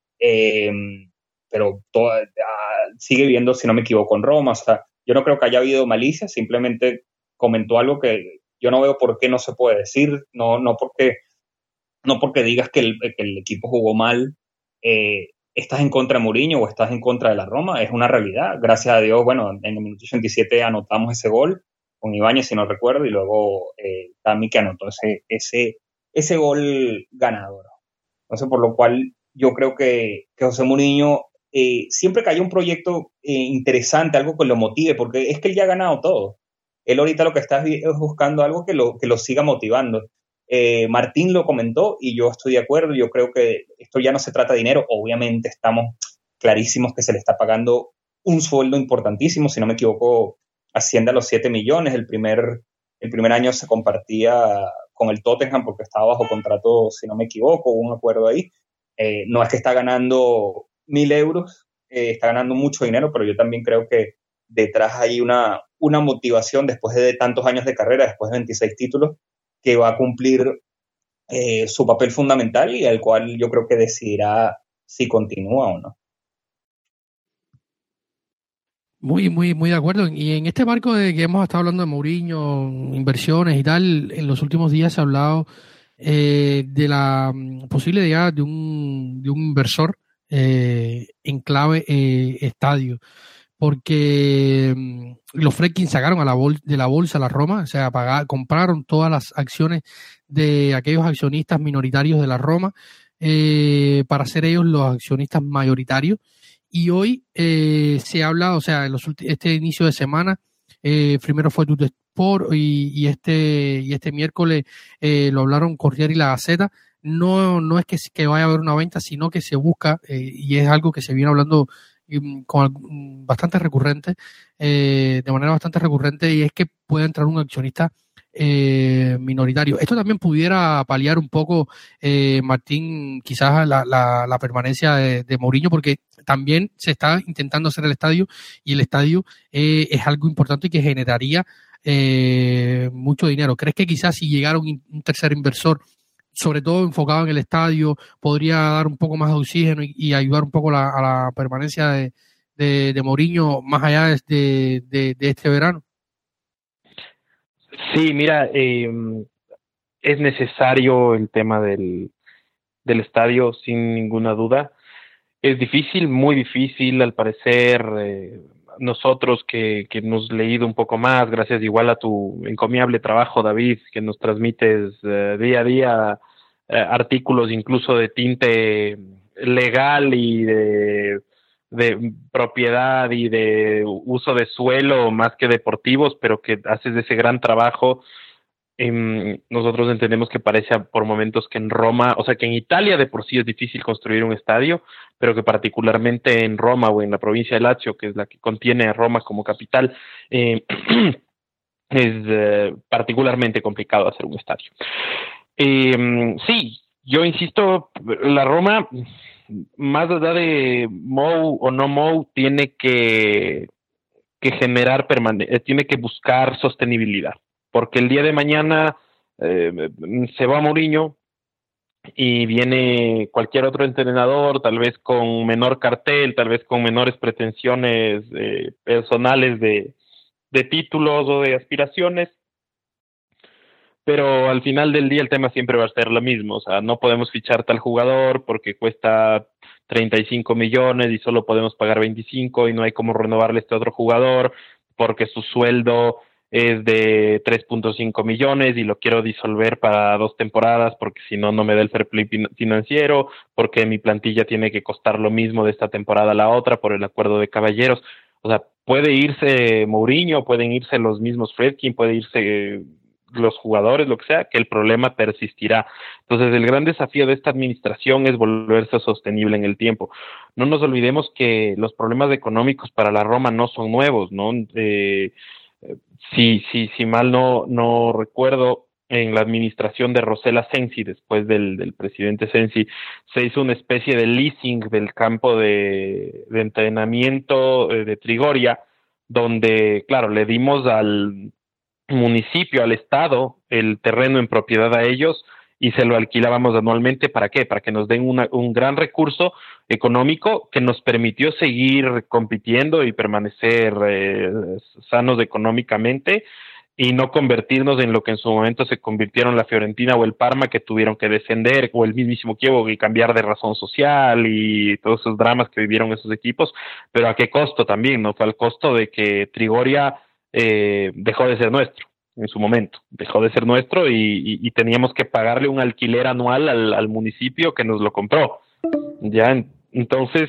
pero sigue viendo, si no me equivoco, en Roma. O sea, yo no creo que haya habido malicia, simplemente comentó algo que yo no veo por qué no se puede decir, no porque digas que el equipo jugó mal, estás en contra de Mourinho o estás en contra de la Roma. Es una realidad. Gracias a Dios, bueno, en el minuto 87 anotamos ese gol con Ibáñez, si no recuerdo, y luego Tami, que anotó ese gol ganador. Entonces, por lo cual yo creo que José Mourinho, siempre que haya un proyecto interesante, algo que lo motive, porque es que él ya ha ganado todo. Él ahorita lo que está es buscando algo que lo siga motivando. Martín lo comentó y yo estoy de acuerdo. Yo creo que esto ya no se trata de dinero. Obviamente estamos clarísimos que se le está pagando un sueldo importantísimo. Si no me equivoco, asciende a los 7 millones. El primer año se compartía con el Tottenham porque estaba bajo contrato, si no me equivoco, hubo un acuerdo ahí. No es que está ganando 1.000 euros, está ganando mucho dinero, pero yo también creo que detrás hay una motivación después de tantos años de carrera, después de 26 títulos, que va a cumplir su papel fundamental y al cual yo creo que decidirá si continúa o no. Muy, muy, muy de acuerdo. Y en este marco de que hemos estado hablando de Mourinho, inversiones y tal, en los últimos días se ha hablado de la posible llegada de un inversor en clave estadio, porque los Fredkin sacaron de la bolsa a la Roma, o sea, compraron todas las acciones de aquellos accionistas minoritarios de la Roma para ser ellos los accionistas mayoritarios. Y hoy se ha hablado, o sea, este inicio de semana, primero fue Tuttosport y este miércoles lo hablaron Corriere y la Gazzetta. No es que vaya a haber una venta, sino que se busca, y es algo que se viene hablando bastante recurrente, de manera bastante recurrente, y es que puede entrar un accionista minoritario. Esto también pudiera paliar un poco, Martín, quizás la permanencia de Mourinho, porque también se está intentando hacer el estadio y el estadio es algo importante y que generaría mucho dinero. ¿Crees que quizás si llegara un tercer inversor, sobre todo enfocado en el estadio, podría dar un poco más de oxígeno y ayudar un poco a la permanencia de Mourinho más allá de este verano? Sí, mira, es necesario el tema del estadio, sin ninguna duda. Es difícil, muy difícil, al parecer. Nosotros que hemos leído un poco más, gracias igual a tu encomiable trabajo, David, que nos transmites día a día artículos incluso de tinte legal y de propiedad y de uso de suelo más que deportivos, pero que haces ese gran trabajo. Nosotros entendemos que parece por momentos que en Roma, o sea que en Italia de por sí es difícil construir un estadio, pero que particularmente en Roma o en la provincia de Lazio, que es la que contiene a Roma como capital, es particularmente complicado hacer un estadio. Sí, yo insisto, la Roma, más allá de Mou o no Mou, tiene que generar tiene que buscar sostenibilidad, porque el día de mañana se va Mourinho y viene cualquier otro entrenador, tal vez con menor cartel, tal vez con menores pretensiones personales de títulos o de aspiraciones, pero al final del día el tema siempre va a ser lo mismo. O sea, no podemos fichar tal jugador porque cuesta 35 millones y solo podemos pagar 25 y no hay cómo renovarle este otro jugador porque su sueldo es de 3.5 millones y lo quiero disolver para 2 temporadas porque si no, no me da el fair play financiero, porque mi plantilla tiene que costar lo mismo de esta temporada a la otra por el acuerdo de caballeros. O sea, puede irse Mourinho, pueden irse los mismos Friedkin, puede irse los jugadores, lo que sea, que el problema persistirá. Entonces, el gran desafío de esta administración es volverse sostenible en el tiempo. No nos olvidemos que los problemas económicos para la Roma no son nuevos, ¿no? Si mal no recuerdo, en la administración de Rossella Sensi, después del presidente Sensi, se hizo una especie de leasing del campo de entrenamiento de Trigoria, donde, claro, le dimos al municipio, al Estado, el terreno en propiedad a ellos y se lo alquilábamos anualmente. ¿Para qué? Para que nos den un gran recurso económico que nos permitió seguir compitiendo y permanecer sanos económicamente y no convertirnos en lo que en su momento se convirtieron la Fiorentina o el Parma, que tuvieron que descender, o el mismísimo Chievo, y cambiar de razón social y todos esos dramas que vivieron esos equipos. Pero ¿a qué costo también? ¿No? Fue al costo de que Trigoria dejó de ser nuestro en su momento, dejó de ser nuestro y teníamos que pagarle un alquiler anual al municipio que nos lo compró. Ya, entonces,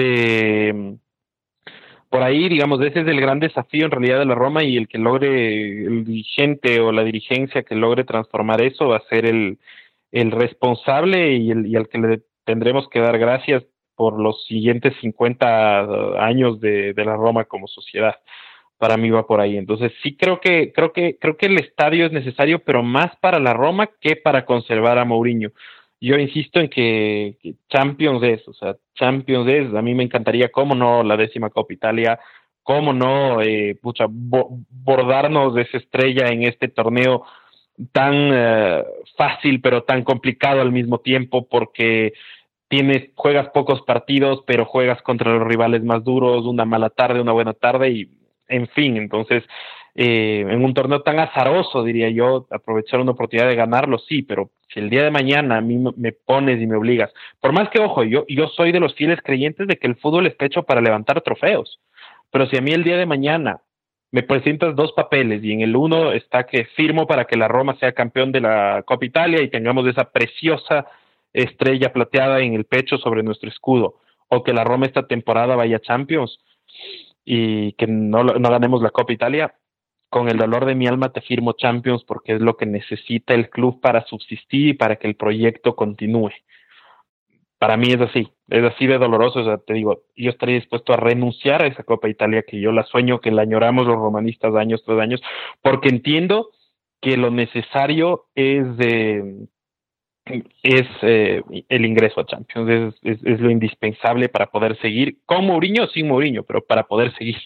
por ahí, digamos, ese es el gran desafío en realidad de la Roma, y el que logre el dirigente o la dirigencia que logre transformar eso va a ser el responsable y al que le tendremos que dar gracias por los siguientes 50 años de la Roma como sociedad. Para mí va por ahí. Entonces sí creo que el estadio es necesario, pero más para la Roma que para conservar a Mourinho. Yo insisto en que Champions es, a mí me encantaría, cómo no, la 10ª Copa Italia, cómo no, bordarnos de esa estrella en este torneo tan fácil pero tan complicado al mismo tiempo, porque juegas pocos partidos, pero juegas contra los rivales más duros, una mala tarde, una buena tarde, y en fin, entonces en un torneo tan azaroso, diría yo, aprovechar una oportunidad de ganarlo, sí, pero si el día de mañana a mí me pones y me obligas, por más que, ojo, yo soy de los fieles creyentes de que el fútbol está hecho para levantar trofeos, pero si a mí el día de mañana me presentas 2 papeles y en el uno está que firmo para que la Roma sea campeón de la Copa Italia y tengamos esa preciosa estrella plateada en el pecho sobre nuestro escudo, o que la Roma esta temporada vaya a Champions y que no ganemos la Copa Italia, con el dolor de mi alma te firmo Champions, porque es lo que necesita el club para subsistir y para que el proyecto continúe. Para mí es así de doloroso. O sea, te digo, yo estaría dispuesto a renunciar a esa Copa Italia que yo la sueño, que la añoramos los romanistas años tras años, porque entiendo que lo necesario es el ingreso a Champions, es lo indispensable para poder seguir, con Mourinho o sin Mourinho, pero para poder seguir.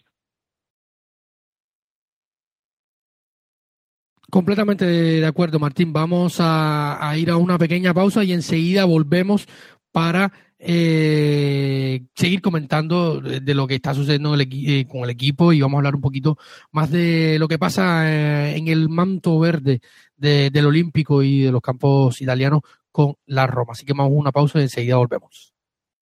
Completamente de acuerdo, Martín. Vamos a ir a una pequeña pausa y enseguida volvemos para seguir comentando de lo que está sucediendo con el equipo, y vamos a hablar un poquito más de lo que pasa en el manto verde del Olímpico y de los campos italianos con la Roma. Así que vamos a una pausa y enseguida volvemos.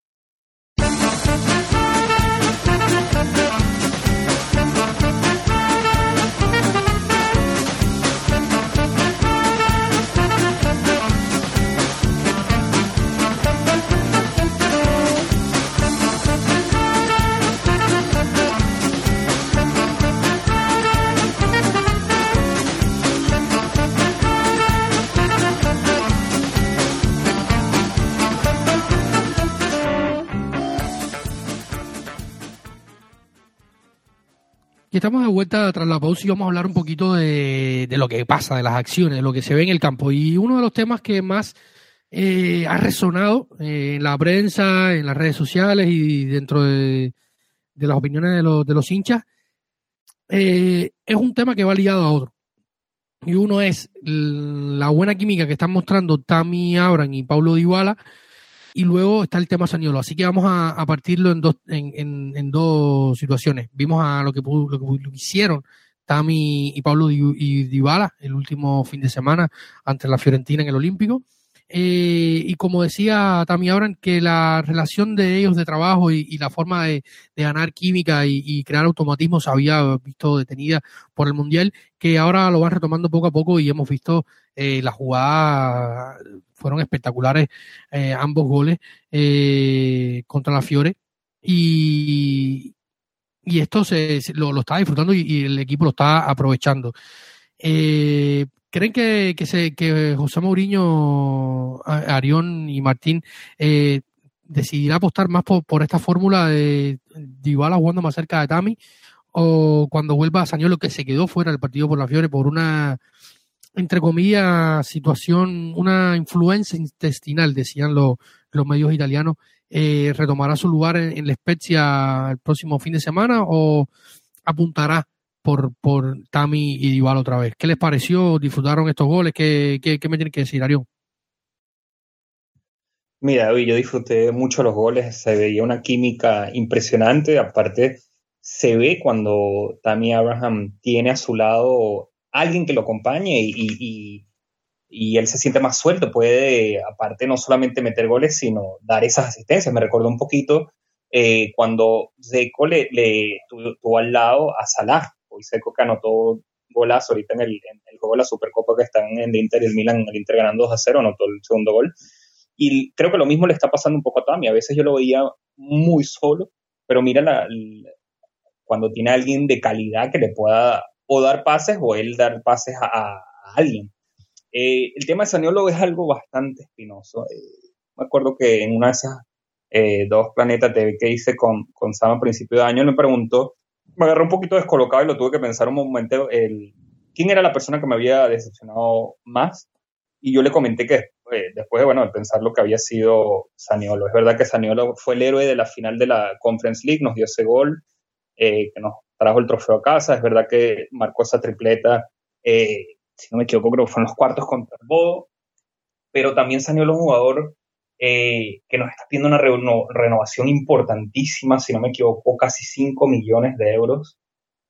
Y estamos de vuelta tras la pausa y vamos a hablar un poquito de lo que pasa, de las acciones, de lo que se ve en el campo. Y uno de los temas que más ha resonado en la prensa, en las redes sociales y dentro de las opiniones de los hinchas, es un tema que va ligado a otro. Y uno es la buena química que están mostrando Tammy Abraham y Paulo Dybala, y luego está el tema Zaniolo. Así que vamos a partirlo en dos situaciones. Vimos a lo que hicieron Tammy y Paulo y Dybala el último fin de semana ante la Fiorentina en el Olímpico. Y como decía también Abraham, que la relación de ellos de trabajo y la forma de ganar química y crear automatismos se había visto detenida por el Mundial, que ahora lo van retomando poco a poco y hemos visto la jugada, fueron espectaculares ambos goles contra la Fiore y esto lo está disfrutando y el equipo lo está aprovechando. ¿Creen que José Mourinho, Arión y Martín decidirá apostar más por esta fórmula de Dybala jugando más cerca de Tammy, o cuando vuelva a Zaniolo, que se quedó fuera del partido por la Fiore por una, entre comillas, situación, una influencia intestinal, decían los medios italianos, retomará su lugar en la Spezia el próximo fin de semana o apuntará por Tammy y Dybala otra vez? ¿Qué les pareció? ¿Disfrutaron estos goles? ¿Qué me tienen que decir, Arión? Mira, David, yo disfruté mucho los goles, se veía una química impresionante, aparte se ve cuando Tammy Abraham tiene a su lado alguien que lo acompañe y él se siente más suelto, puede aparte no solamente meter goles, sino dar esas asistencias. Me recordó un poquito cuando Dzeko le tuvo al lado a Salah. Hoy Dzeko que anotó golazo ahorita en el juego de la Supercopa que están en el Inter y el Milan, el Inter ganando 2-0, anotó el segundo gol. Y creo que lo mismo le está pasando un poco a Tammy. A veces yo lo veía muy solo, pero mira cuando tiene a alguien de calidad que le pueda o dar pases o él dar pases a alguien. El tema de Zaniolo es algo bastante espinoso. Me acuerdo que en una de esas dos Planetas TV que hice con Sam a principio de año, él me preguntó, me agarré un poquito descolocado y lo tuve que pensar un momento, quién era la persona que me había decepcionado más, y yo le comenté que después de pensar lo que había sido Zaniolo. Es verdad que Zaniolo fue el héroe de la final de la Conference League, nos dio ese gol, que nos trajo el trofeo a casa. Es verdad que marcó esa tripleta, si no me equivoco, creo que fue en los cuartos contra el Bodo, pero también Zaniolo es un jugador que nos está pidiendo una renovación importantísima, si no me equivoco, casi 5 millones de euros.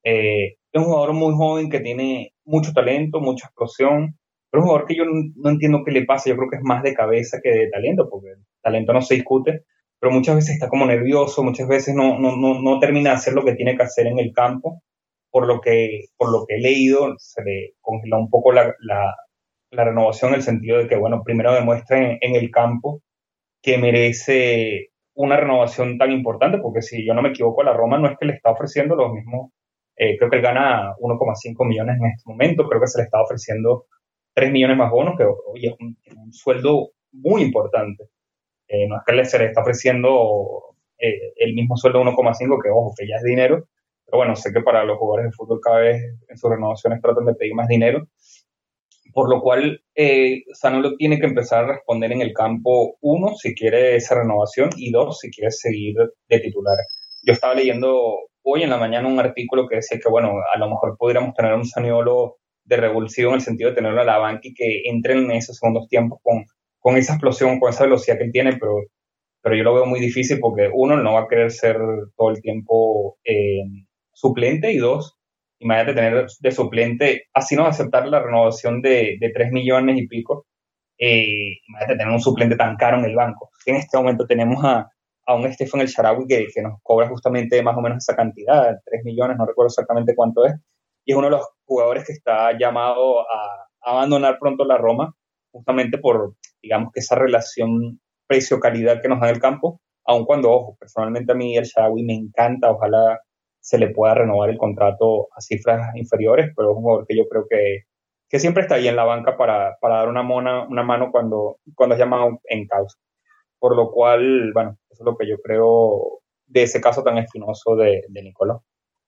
Es un jugador muy joven que tiene mucho talento, mucha explosión, pero es un jugador que yo no entiendo qué le pasa. Yo creo que es más de cabeza que de talento, porque el talento no se discute, pero muchas veces está como nervioso, muchas veces no termina de hacer lo que tiene que hacer en el campo. Por lo que he leído, se le congela un poco la renovación, en el sentido de que, primero demuestra en el campo que merece una renovación tan importante, porque si yo no me equivoco, la Roma no es que le está ofreciendo los mismos, creo que él gana 1,5 millones en este momento, creo que se le está ofreciendo 3 millones más bonos, que oye, es un sueldo muy importante. No es que se le está ofreciendo el mismo sueldo 1,5, que ojo, que ya es dinero, pero sé que para los jugadores de fútbol cada vez en sus renovaciones tratan de pedir más dinero, por lo cual Zaniolo tiene que empezar a responder en el campo, uno, si quiere esa renovación, y dos, si quiere seguir de titular. Yo estaba leyendo hoy en la mañana un artículo que decía que, a lo mejor podríamos tener un Zaniolo de revulsivo, en el sentido de tenerlo a la banca y que entre en esos segundos tiempos con esa explosión, con esa velocidad que él tiene, pero yo lo veo muy difícil porque, uno, no va a querer ser todo el tiempo suplente, y dos, imagínate tener de suplente, así no aceptar la renovación de 3 millones y pico, imagínate tener un suplente tan caro en el banco. En este momento tenemos a un Stefan El Shaarawy que nos cobra justamente más o menos esa cantidad, 3 millones, no recuerdo exactamente cuánto es, y es uno de los jugadores que está llamado a abandonar pronto la Roma, justamente por, digamos, que esa relación precio-calidad que nos da el campo, aun cuando, ojo, personalmente a mí El Shaarawy me encanta, ojalá se le pueda renovar el contrato a cifras inferiores, pero es un jugador que yo creo que siempre está ahí en la banca para dar una mano cuando es llamado en causa. Por lo cual, eso es lo que yo creo de ese caso tan espinoso de Nicolás.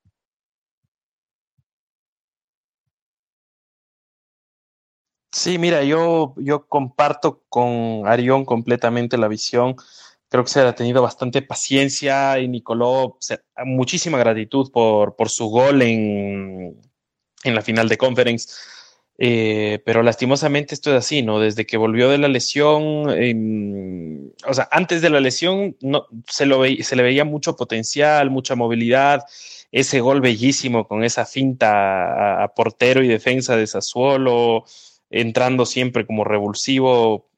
Sí, mira, yo comparto con Arión completamente la visión. Creo que se ha tenido bastante paciencia y Nicolò, muchísima gratitud por su gol en la final de Conference. Pero lastimosamente esto es así, ¿no? Desde que volvió de la lesión, antes de la lesión se le veía mucho potencial, mucha movilidad, ese gol bellísimo con esa finta a portero y defensa de Sassuolo, entrando siempre como revulsivo,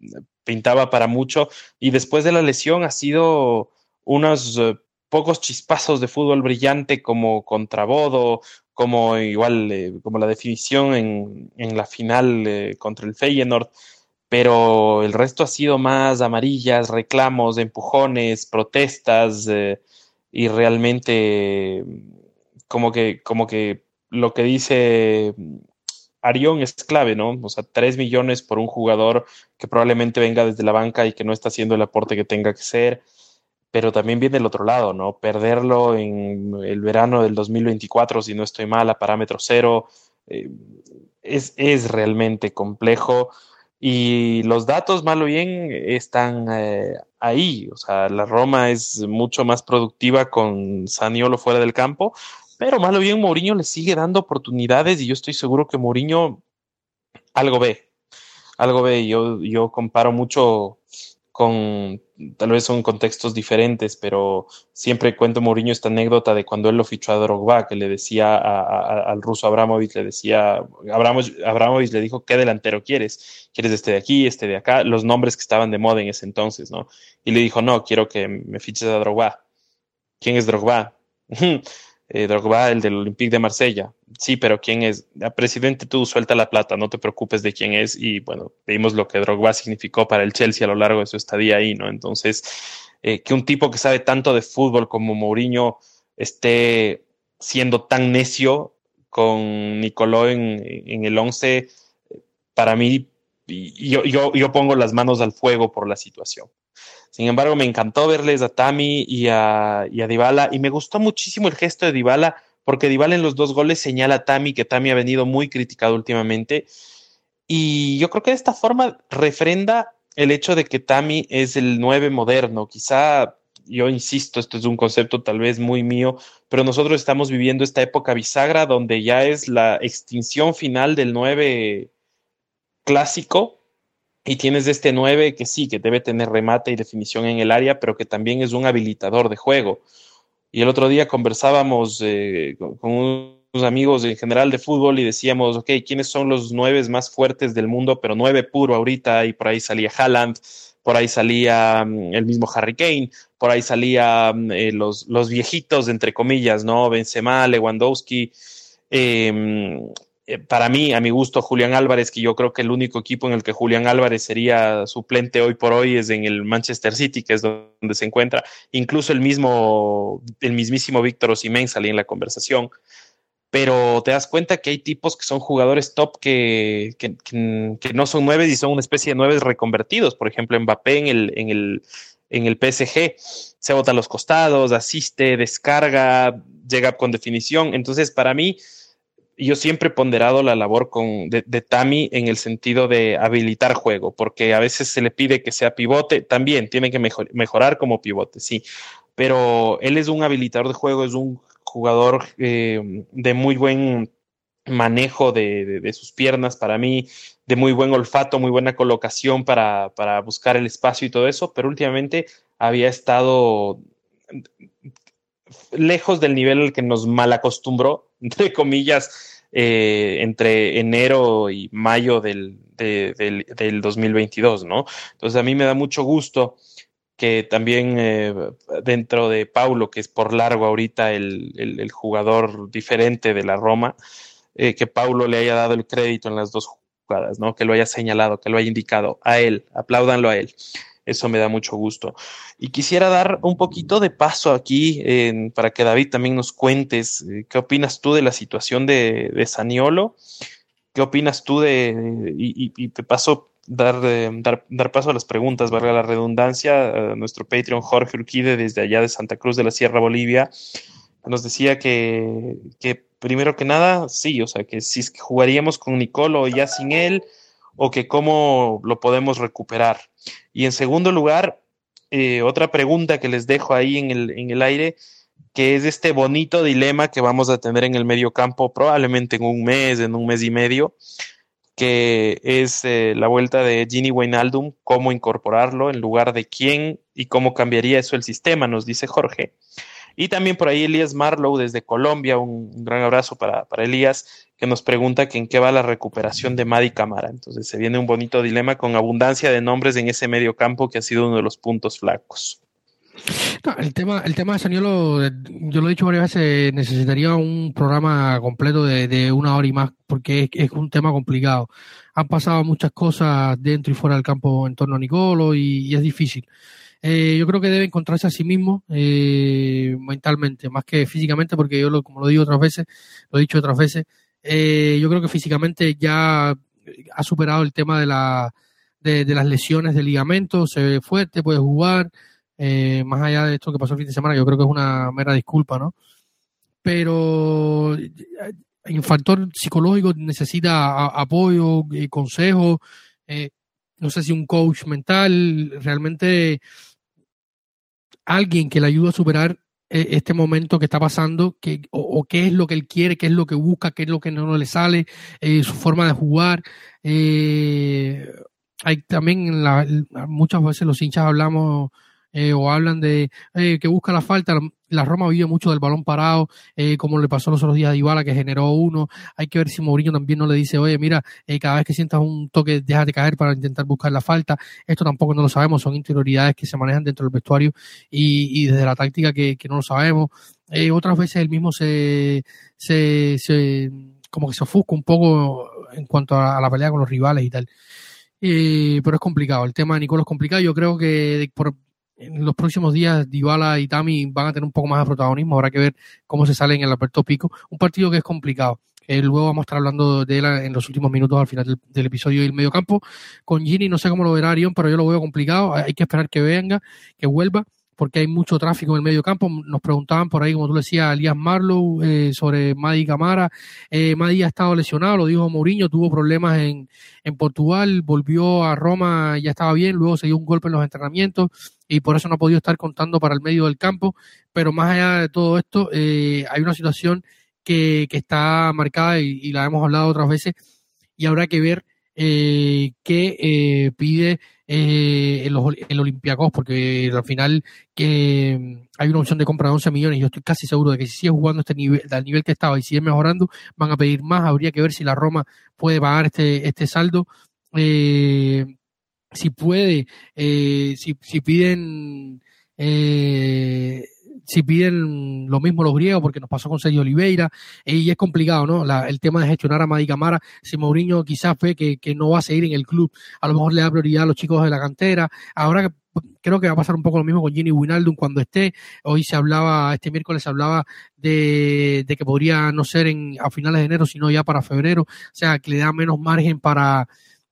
pintaba para mucho, y después de la lesión ha sido unos pocos chispazos de fútbol brillante como contra Bodo, como igual como la definición en la final contra el Feyenoord, pero el resto ha sido más amarillas, reclamos, empujones, protestas, y realmente como que lo que dice Arión es clave, ¿no? O sea, 3 millones por un jugador que probablemente venga desde la banca y que no está haciendo el aporte que tenga que ser, pero también viene el otro lado, ¿no? Perderlo en el verano del 2024, si no estoy mal, a parámetro cero, eh, es realmente complejo. Y los datos, mal o bien, están ahí. O sea, la Roma es mucho más productiva con Zaniolo fuera del campo, pero mal o bien Mourinho le sigue dando oportunidades y yo estoy seguro que Mourinho algo ve, algo ve. Yo comparo mucho con, tal vez son contextos diferentes, pero siempre cuento Mourinho esta anécdota de cuando él lo fichó a Drogba, que le decía al ruso Abramovich, le decía, Abramovich le dijo, ¿qué delantero quieres? ¿Quieres este de aquí, este de acá? Los nombres que estaban de moda en ese entonces, ¿no? Y le dijo, no, quiero que me fiches a Drogba. ¿Quién es Drogba? Drogba, el del Olympique de Marsella. Sí, pero ¿quién es? Presidente, tú suelta la plata, no te preocupes de quién es. Y bueno, vimos lo que Drogba significó para el Chelsea a lo largo de su estadía ahí, ¿no? Entonces, que un tipo que sabe tanto de fútbol como Mourinho esté siendo tan necio con Nicolò en el 11, para mí, yo pongo las manos al fuego por la situación. Sin embargo, me encantó verles a Tammy y a Dybala, y me gustó muchísimo el gesto de Dybala, porque Dybala en los 2 goles señala a Tammy, que Tammy ha venido muy criticado últimamente, y yo creo que de esta forma refrenda el hecho de que Tammy es el 9 moderno. Quizá, yo insisto, esto es un concepto tal vez muy mío, pero nosotros estamos viviendo esta época bisagra donde ya es la extinción final del 9 clásico, y tienes este 9 que sí, que debe tener remate y definición en el área, pero que también es un habilitador de juego. Y el otro día conversábamos con unos amigos en general de fútbol y decíamos, ok, ¿quiénes son los 9 más fuertes del mundo? Pero 9 puro ahorita, y por ahí salía Haaland, por ahí salía el mismo Harry Kane, por ahí salía los viejitos, entre comillas, ¿no? Benzema, Lewandowski, para mí, a mi gusto, Julián Álvarez, que yo creo que el único equipo en el que Julián Álvarez sería suplente hoy por hoy es en el Manchester City, que es donde se encuentra. Incluso el mismísimo Víctor Osimhen salía en la conversación. Pero te das cuenta que hay tipos que son jugadores top que no son 9 y son una especie de 9 reconvertidos. Por ejemplo, Mbappé en el PSG se bota a los costados, asiste, descarga, llega con definición. Entonces, para mí, yo siempre he ponderado la labor de Tammy en el sentido de habilitar juego, porque a veces se le pide que sea pivote, también tiene que mejorar como pivote, sí, pero él es un habilitador de juego, es un jugador de muy buen manejo de sus piernas, para mí, de muy buen olfato, muy buena colocación para buscar el espacio y todo eso, pero últimamente había estado lejos del nivel al que nos malacostumbró, entre comillas, entre enero y mayo del 2022, ¿no? Entonces a mí me da mucho gusto que también dentro de Paulo, que es por largo ahorita el jugador diferente de la Roma, que Paulo le haya dado el crédito en las 2 jugadas, ¿no? Que lo haya señalado, que lo haya indicado a él, apláudanlo a él. Eso me da mucho gusto. Y quisiera dar un poquito de paso aquí para que David también nos cuentes qué opinas tú de la situación de Zaniolo, qué opinas tú y te paso dar paso a las preguntas, valga la redundancia. Nuestro Patreon Jorge Urquide desde allá de Santa Cruz de la Sierra, Bolivia, nos decía que primero que nada, sí, o sea, que si es que jugaríamos con Nicolo ya sin él, o que cómo lo podemos recuperar. Y en segundo lugar, otra pregunta que les dejo ahí en el aire, que es este bonito dilema que vamos a tener en el medio campo probablemente en un mes y medio, que es la vuelta de Gini Wijnaldum, cómo incorporarlo, en lugar de quién y cómo cambiaría eso el sistema, nos dice Jorge. Y también por ahí Elías Marlowe desde Colombia, un gran abrazo para Elías, que nos pregunta que en qué va la recuperación de Mady Camara. Entonces se viene un bonito dilema con abundancia de nombres en ese medio campo que ha sido uno de los puntos flacos. No, el tema de Zaniolo, yo lo he dicho varias veces, necesitaría un programa completo de 1 hora y más, porque es un tema complicado. Han pasado muchas cosas dentro y fuera del campo en torno a Nicolo y es difícil. Yo creo que debe encontrarse a sí mismo mentalmente, más que físicamente, porque yo como lo digo otras veces, lo he dicho otras veces, yo creo que físicamente ya ha superado el tema de las lesiones de ligamentos, se ve fuerte, puede jugar, más allá de esto que pasó el fin de semana, yo creo que es una mera disculpa, ¿no? Pero el factor psicológico necesita apoyo, consejo, no sé si un coach mental, realmente alguien que le ayude a superar este momento que está pasando, o qué es lo que él quiere, qué es lo que busca, qué es lo que no le sale, su forma de jugar. Hay también muchas veces los hinchas hablamos o hablan de que busca la falta. La Roma vive mucho del balón parado, como le pasó los otros días a Dybala, que generó uno. Hay que ver si Mourinho también no le dice, oye, mira, cada vez que sientas un toque, déjate caer para intentar buscar la falta. Esto tampoco no lo sabemos, son interioridades que se manejan dentro del vestuario y desde la táctica que no lo sabemos. Otras veces él mismo como que se ofusca un poco en cuanto a la pelea con los rivales y tal. Pero es complicado, el tema de Nicolo es complicado. Yo creo que en los próximos días Dybala y Tammy van a tener un poco más de protagonismo. Habrá que ver cómo se sale en el Alberto Pico. Un partido que es complicado. Luego vamos a estar hablando de él en los últimos minutos al final del episodio del mediocampo. Con Gini no sé cómo lo verá Arión, pero yo lo veo complicado. Hay que esperar que venga, que vuelva, porque hay mucho tráfico en el medio campo. Nos preguntaban por ahí, como tú le decías, Elías Marlowe sobre Mady Camara. Mady ha estado lesionado, lo dijo Mourinho, tuvo problemas en Portugal, volvió a Roma, ya estaba bien, luego se dio un golpe en los entrenamientos y por eso no ha podido estar contando para el medio del campo. Pero más allá de todo esto, hay una situación que está marcada y la hemos hablado otras veces, y habrá que ver qué pide el Olympiacos, porque al final que hay una opción de compra de 11 millones. Yo estoy casi seguro de que si sigue jugando al nivel que estaba y sigue mejorando, van a pedir más. Habría que ver si la Roma puede pagar este saldo. Si puede, si piden lo mismo los griegos, porque nos pasó con Sergio Oliveira, y es complicado, ¿no? El tema de gestionar a Mady Camara. Si Mourinho quizás ve que no va a seguir en el club, a lo mejor le da prioridad a los chicos de la cantera. Ahora creo que va a pasar un poco lo mismo con Gini Wijnaldum cuando esté. Hoy este miércoles se hablaba de que podría no ser a finales de enero, sino ya para febrero. O sea, que le da menos margen para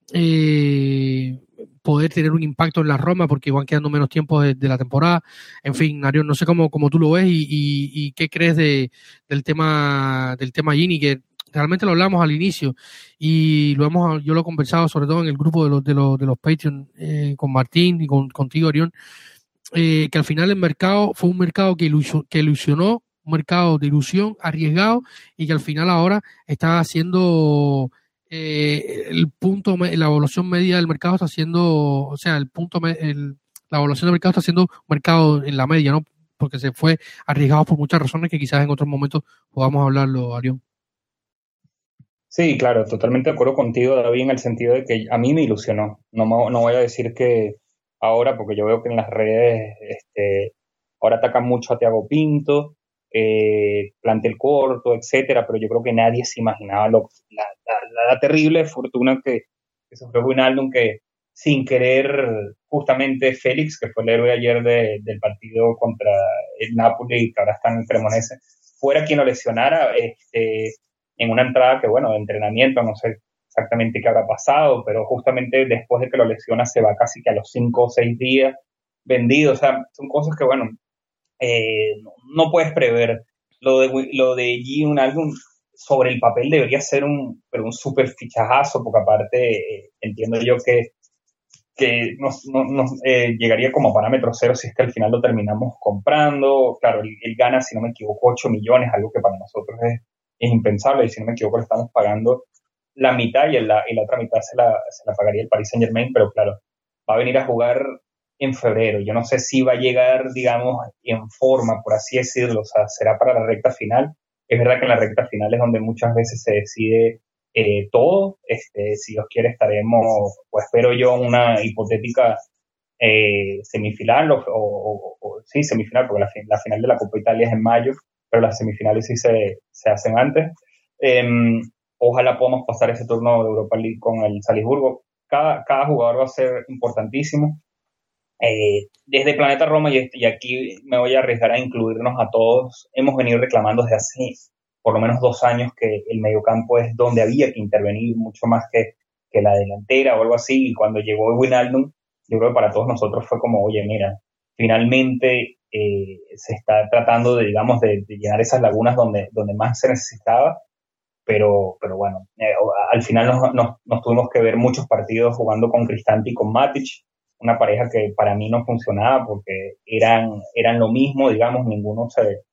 poder tener un impacto en la Roma, porque van quedando menos tiempo de la temporada. En fin, Arión, no sé cómo tú lo ves y qué crees del tema Gini, que realmente lo hablamos al inicio y yo lo he conversado sobre todo en el grupo de los Patreon con Martín y contigo, Arión, que al final el mercado fue un mercado que ilusionó, un mercado de ilusión, arriesgado, y que al final ahora está haciendo la evaluación media del mercado está haciendo, o sea, la evaluación del mercado está haciendo un mercado en la media, ¿no? Porque se fue arriesgado por muchas razones que quizás en otros momentos podamos hablarlo, Arión. Sí, claro, totalmente de acuerdo contigo, David, en el sentido de que a mí me ilusionó. No voy a decir que ahora, porque yo veo que en las redes ahora atacan mucho a Thiago Pinto, plantel corto, etcétera, pero yo creo que nadie se imaginaba la terrible fortuna que sufrió Wijnaldum, que sin querer, justamente Félix, que fue el héroe ayer del partido contra el Napoli, que ahora está en el Cremonese, fuera quien lo lesionara en una entrada que, bueno, de entrenamiento, no sé exactamente qué habrá pasado, pero justamente después de que lo lesiona se va casi que a los 5 o 6 días vendido. O sea, son cosas que, bueno, no puedes prever. Lo de Gini Wijnaldum sobre el papel debería ser un súper fichajazo, porque aparte entiendo yo que llegaría como parámetro cero si es que al final lo terminamos comprando. Claro, él gana, si no me equivoco, 8 millones, algo que para nosotros es impensable, y si no me equivoco le estamos pagando la mitad y la otra mitad se la pagaría el Paris Saint-Germain, pero claro, va a venir a jugar en febrero. Yo no sé si va a llegar, digamos, en forma, por así decirlo, o sea, será para la recta final. Es verdad que en la recta final es donde muchas veces se decide todo. Si Dios quiere estaremos, pues espero yo, una hipotética semifinal, sí, semifinal, porque la final de la Copa Italia es en mayo, pero las semifinales sí se hacen antes. Ojalá podamos pasar ese turno de Europa League con el Salzburgo. Cada jugador va a ser importantísimo. Desde Planeta Roma, y aquí me voy a arriesgar a incluirnos a todos, hemos venido reclamando desde hace por lo menos 2 años que el mediocampo es donde había que intervenir mucho más que la delantera o algo así, y cuando llegó Wijnaldum, yo creo que para todos nosotros fue como, oye, mira, finalmente se está tratando de, digamos, de llenar esas lagunas donde más se necesitaba, pero bueno, al final nos tuvimos que ver muchos partidos jugando con Cristante y con Matic, una pareja que para mí no funcionaba porque eran lo mismo, digamos, ninguno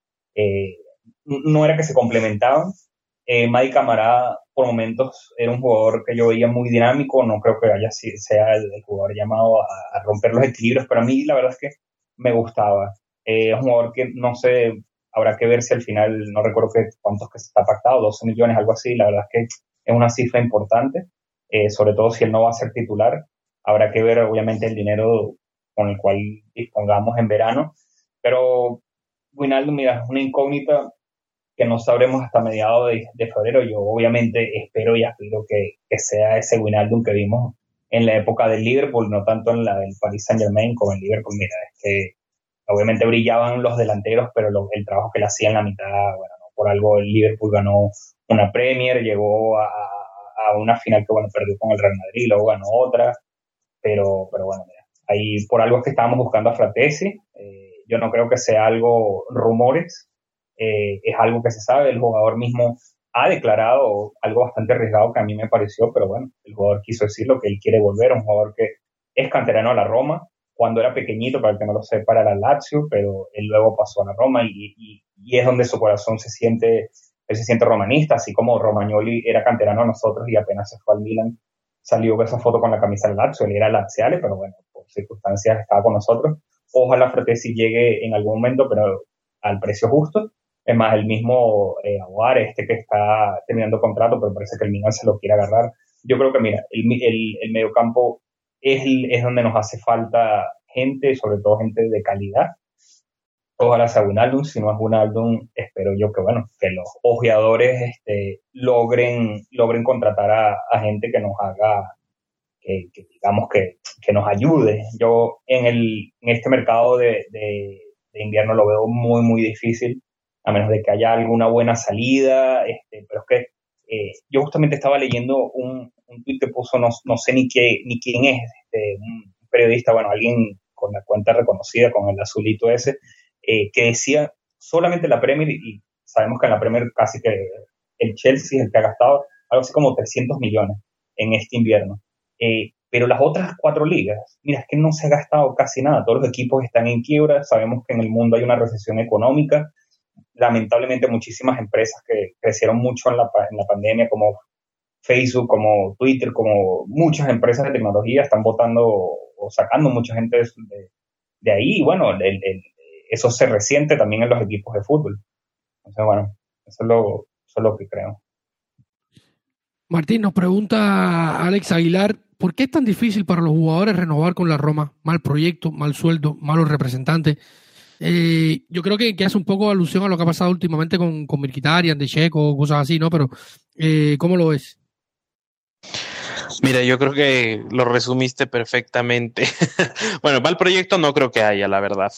no era que se complementaban. Madi Camará por momentos era un jugador que yo veía muy dinámico, no creo que sea el jugador llamado a romper los equilibrios, pero a mí la verdad es que me gustaba. Es un jugador que no sé, habrá que ver si al final, no recuerdo cuántos que se está pactado, 12 millones, algo así, la verdad es que es una cifra importante, sobre todo si él no va a ser titular. Habrá que ver, obviamente, el dinero con el cual dispongamos en verano. Pero Wijnaldum, mira, es una incógnita que no sabremos hasta mediados de febrero. Yo, obviamente, espero y aspiro que sea ese Wijnaldum que vimos en la época del Liverpool, no tanto en la del Paris Saint-Germain como en Liverpool. Mira, es que obviamente brillaban los delanteros, pero el trabajo que le hacían la mitad, bueno, no por algo el Liverpool ganó una Premier, llegó a una final que, bueno, perdió con el Real Madrid, luego ganó otra. Pero bueno, mira, ahí por algo es que estábamos buscando a Fratesi. Yo no creo que sea algo rumores, es algo que se sabe. El jugador mismo ha declarado algo bastante arriesgado que a mí me pareció, pero bueno, el jugador quiso decir lo que él quiere volver, un jugador que es canterano a la Roma, cuando era pequeñito, para el que no lo sepa, era la Lazio, pero él luego pasó a la Roma y es donde su corazón él se siente romanista, así como Romagnoli era canterano a nosotros y apenas se fue al Milan, salió esa foto con la camisa del Lazio, él era laziale, pero bueno, por circunstancias estaba con nosotros. Ojalá Fratesi llegue en algún momento, pero al precio justo. Es más, el mismo Aguar, que está terminando contrato, pero parece que el Milan se lo quiere agarrar. Yo creo que, mira, el mediocampo es donde nos hace falta gente, sobre todo gente de calidad. Ojalá sea Wijnaldum, si no es Wijnaldum, espero yo que, bueno, que los ojeadores logren contratar a gente que nos haga, que digamos que nos ayude. Yo en este mercado de invierno lo veo muy, muy difícil, a menos de que haya alguna buena salida, pero es que yo justamente estaba leyendo un tuit que puso, no sé ni quién es, un periodista, bueno, alguien con la cuenta reconocida, con el azulito ese, que decía solamente la Premier, y sabemos que en la Premier casi que el Chelsea es el que ha gastado algo así como 300 millones en este invierno. Pero las otras 4 ligas, mira, es que no se ha gastado casi nada. Todos los equipos están en quiebra. Sabemos que en el mundo hay una recesión económica. Lamentablemente muchísimas empresas que crecieron mucho en la pandemia, como Facebook, como Twitter, como muchas empresas de tecnología, están botando o sacando mucha gente de ahí. Y bueno, eso se resiente también en los equipos de fútbol. Entonces, bueno, eso es lo que creo. Martín, nos pregunta Alex Aguilar, ¿por qué es tan difícil para los jugadores renovar con la Roma? Mal proyecto, mal sueldo, malos representantes. Yo creo que hace un poco alusión a lo que ha pasado últimamente con Mkhitaryan, de Checo, cosas así, ¿no? Pero, ¿cómo lo ves? Mira, yo creo que lo resumiste perfectamente. Bueno, mal proyecto no creo que haya, la verdad.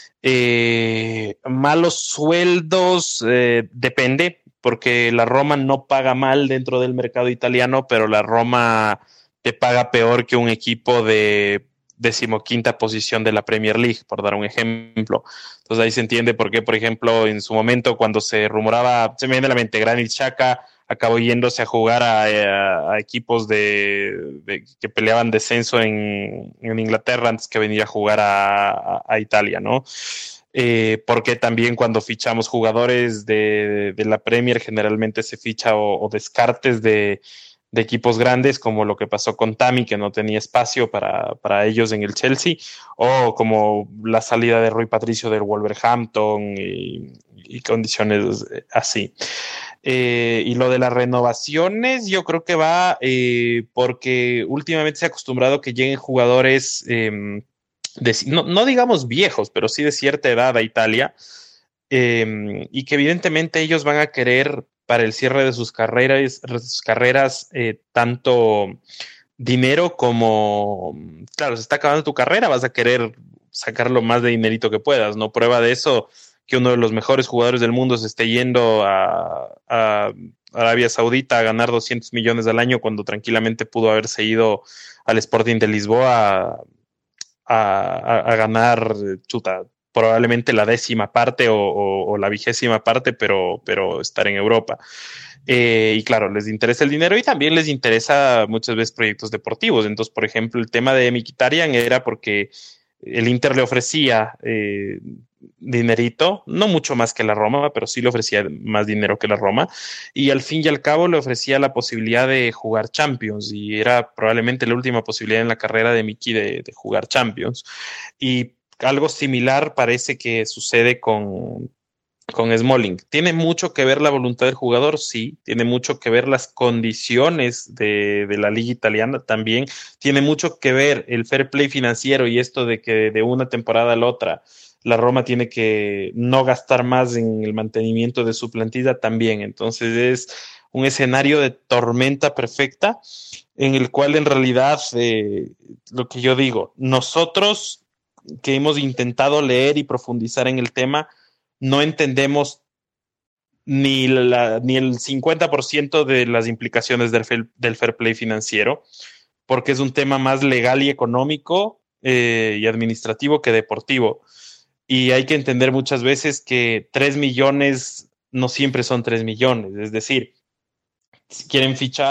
Malos sueldos, depende, porque la Roma no paga mal dentro del mercado italiano, pero la Roma te paga peor que un equipo de 15ª posición de la Premier League, por dar un ejemplo. Entonces ahí se entiende por qué, por ejemplo, en su momento cuando se rumoraba, se me viene a la mente, Granit Xhaka acabó yéndose a jugar a equipos que peleaban descenso en Inglaterra antes que venir a jugar a Italia, ¿no? Porque también cuando fichamos jugadores de la Premier generalmente se ficha o descartes de equipos grandes, como lo que pasó con Tammy, que no tenía espacio para ellos en el Chelsea, o como la salida de Rui Patricio del Wolverhampton y condiciones así. Y lo de las renovaciones, yo creo que va porque últimamente se ha acostumbrado que lleguen jugadores, no digamos viejos, pero sí de cierta edad a Italia, y que evidentemente ellos van a querer para el cierre de sus carreras tanto dinero como, claro, se está acabando tu carrera, vas a querer sacar lo más de dinerito que puedas, ¿no? Prueba de eso, que uno de los mejores jugadores del mundo se esté yendo a Arabia Saudita a ganar 200 millones al año cuando tranquilamente pudo haberse ido al Sporting de Lisboa a ganar, probablemente la 10ª parte o la 20ª parte, pero estar en Europa. Y claro, les interesa el dinero y también les interesa muchas veces proyectos deportivos. Entonces, por ejemplo, el tema de Mkhitaryan era porque el Inter le ofrecía dinerito, no mucho más que la Roma, pero sí le ofrecía más dinero que la Roma, y al fin y al cabo le ofrecía la posibilidad de jugar Champions, y era probablemente la última posibilidad en la carrera de Miki de jugar Champions. Y algo similar parece que sucede con Smalling. ¿Tiene mucho que ver la voluntad del jugador? Sí. ¿Tiene mucho que ver las condiciones de la liga italiana? También. ¿Tiene mucho que ver el fair play financiero y esto de que de una temporada a la otra la Roma tiene que no gastar más en el mantenimiento de su plantilla? También. Entonces es un escenario de tormenta perfecta en el cual en realidad lo que yo digo, nosotros que hemos intentado leer y profundizar en el tema, no entendemos ni el 50% de las implicaciones del fair play financiero, porque es un tema más legal y económico y administrativo que deportivo. Y hay que entender muchas veces que 3 millones no siempre son 3 millones. Es decir, si quieren fichar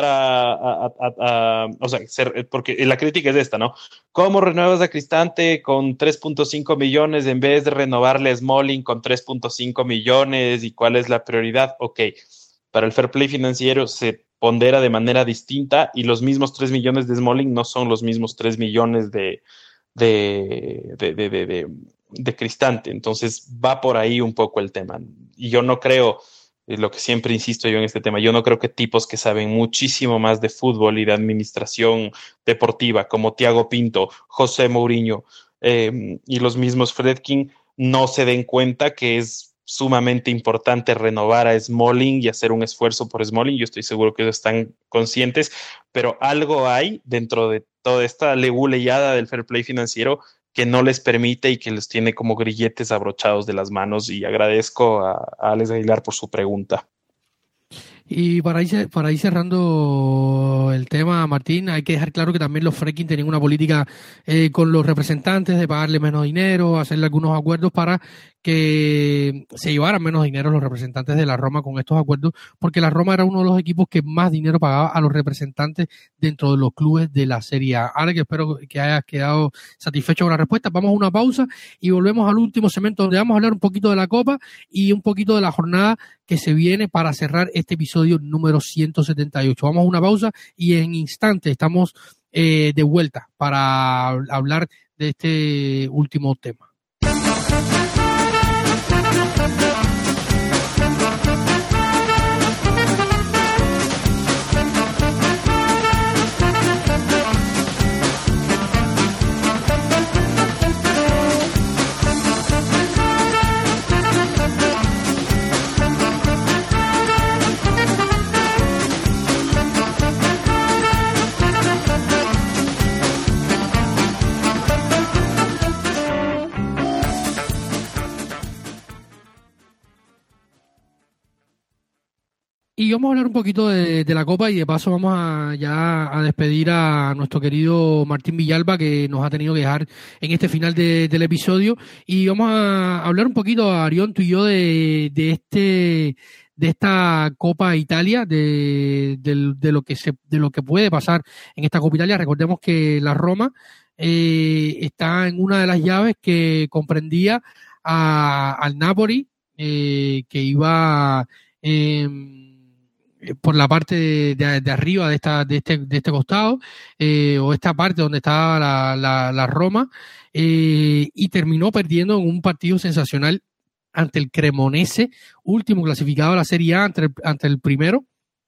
o sea, porque la crítica es esta, ¿no? ¿Cómo renuevas a Cristante con 3.5 millones en vez de renovarle a Smalling con 3.5 millones? ¿Y cuál es la prioridad? Ok, para el fair play financiero se pondera de manera distinta y los mismos 3 millones de Smalling no son los mismos 3 millones de Cristante. Entonces va por ahí un poco el tema. Y yo no creo, lo que siempre insisto yo en este tema, yo no creo que tipos que saben muchísimo más de fútbol y de administración deportiva, como Thiago Pinto, José Mourinho y los mismos Friedkin, no se den cuenta que es sumamente importante renovar a Smalling y hacer un esfuerzo por Smalling. Yo estoy seguro que ellos están conscientes, pero algo hay dentro de toda esta leguleyada del fair play financiero que no les permite y que les tiene como grilletes abrochados de las manos. Y agradezco a Alex Aguilar por su pregunta. Y para ir cerrando el tema, Martín, hay que dejar claro que también los Friedkin tenían una política con los representantes de pagarle menos dinero, hacerle algunos acuerdos para que se llevaran menos dinero los representantes de la Roma con estos acuerdos, porque la Roma era uno de los equipos que más dinero pagaba a los representantes dentro de los clubes de la Serie A. Ahora que espero que hayas quedado satisfecho con la respuesta, vamos a una pausa y volvemos al último segmento donde vamos a hablar un poquito de la Copa y un poquito de la jornada que se viene para cerrar este episodio número 178. Vamos a una pausa y en instantes estamos de vuelta para hablar de este último tema. Y vamos a hablar un poquito de la Copa y de paso vamos a despedir a nuestro querido Martín Villalba, que nos ha tenido que dejar en este final del episodio, y vamos a hablar un poquito, Arión, tú y yo, de esta Copa Italia, de lo que puede pasar en esta Copa Italia. Recordemos que la Roma está en una de las llaves que comprendía al Napoli, que iba por la parte de arriba de este costado, o esta parte donde está la Roma, y terminó perdiendo en un partido sensacional ante el Cremonese, último clasificado de la Serie A, ante el primero.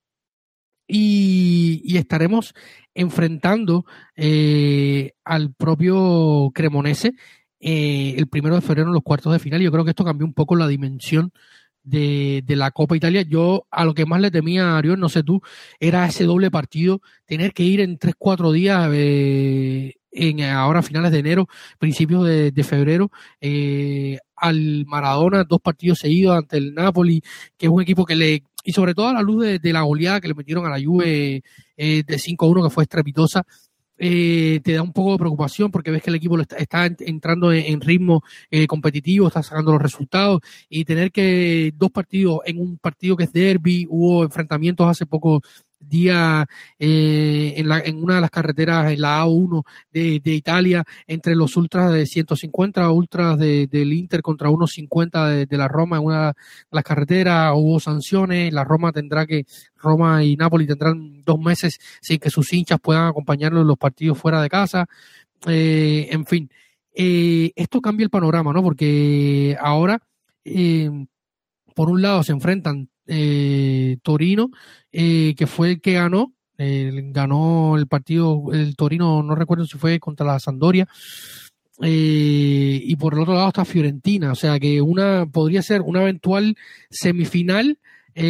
Y estaremos enfrentando al propio Cremonese el 1 de febrero en los cuartos de final. Yo creo que esto cambió un poco la dimensión de la Copa Italia. Yo a lo que más le temía a Arión, no sé tú, era ese doble partido, tener que ir en 3-4 días, ahora finales de enero, principios de febrero, al Maradona, 2 partidos seguidos ante el Napoli, que es un equipo y sobre todo a la luz de la goleada que le metieron a la Juve de 5-1, que fue estrepitosa, te da un poco de preocupación porque ves que el equipo está entrando en ritmo competitivo, está sacando los resultados, y tener que 2 partidos en un partido que es derbi. Hubo enfrentamientos hace pocos días en una de las carreteras, en la A1 de Italia, entre los ultras de 150 ultras del Inter contra unos 50 de la Roma en una de las carreteras. Hubo sanciones. Roma y Napoli tendrán 2 meses sin que sus hinchas puedan acompañarlos en los partidos fuera de casa. En fin, esto cambia el panorama, ¿no? Porque ahora, por un lado, se enfrentan Torino, que fue el que ganó el partido, el Torino, no recuerdo si fue contra la Sampdoria, y por el otro lado está Fiorentina, o sea que podría ser una eventual semifinal,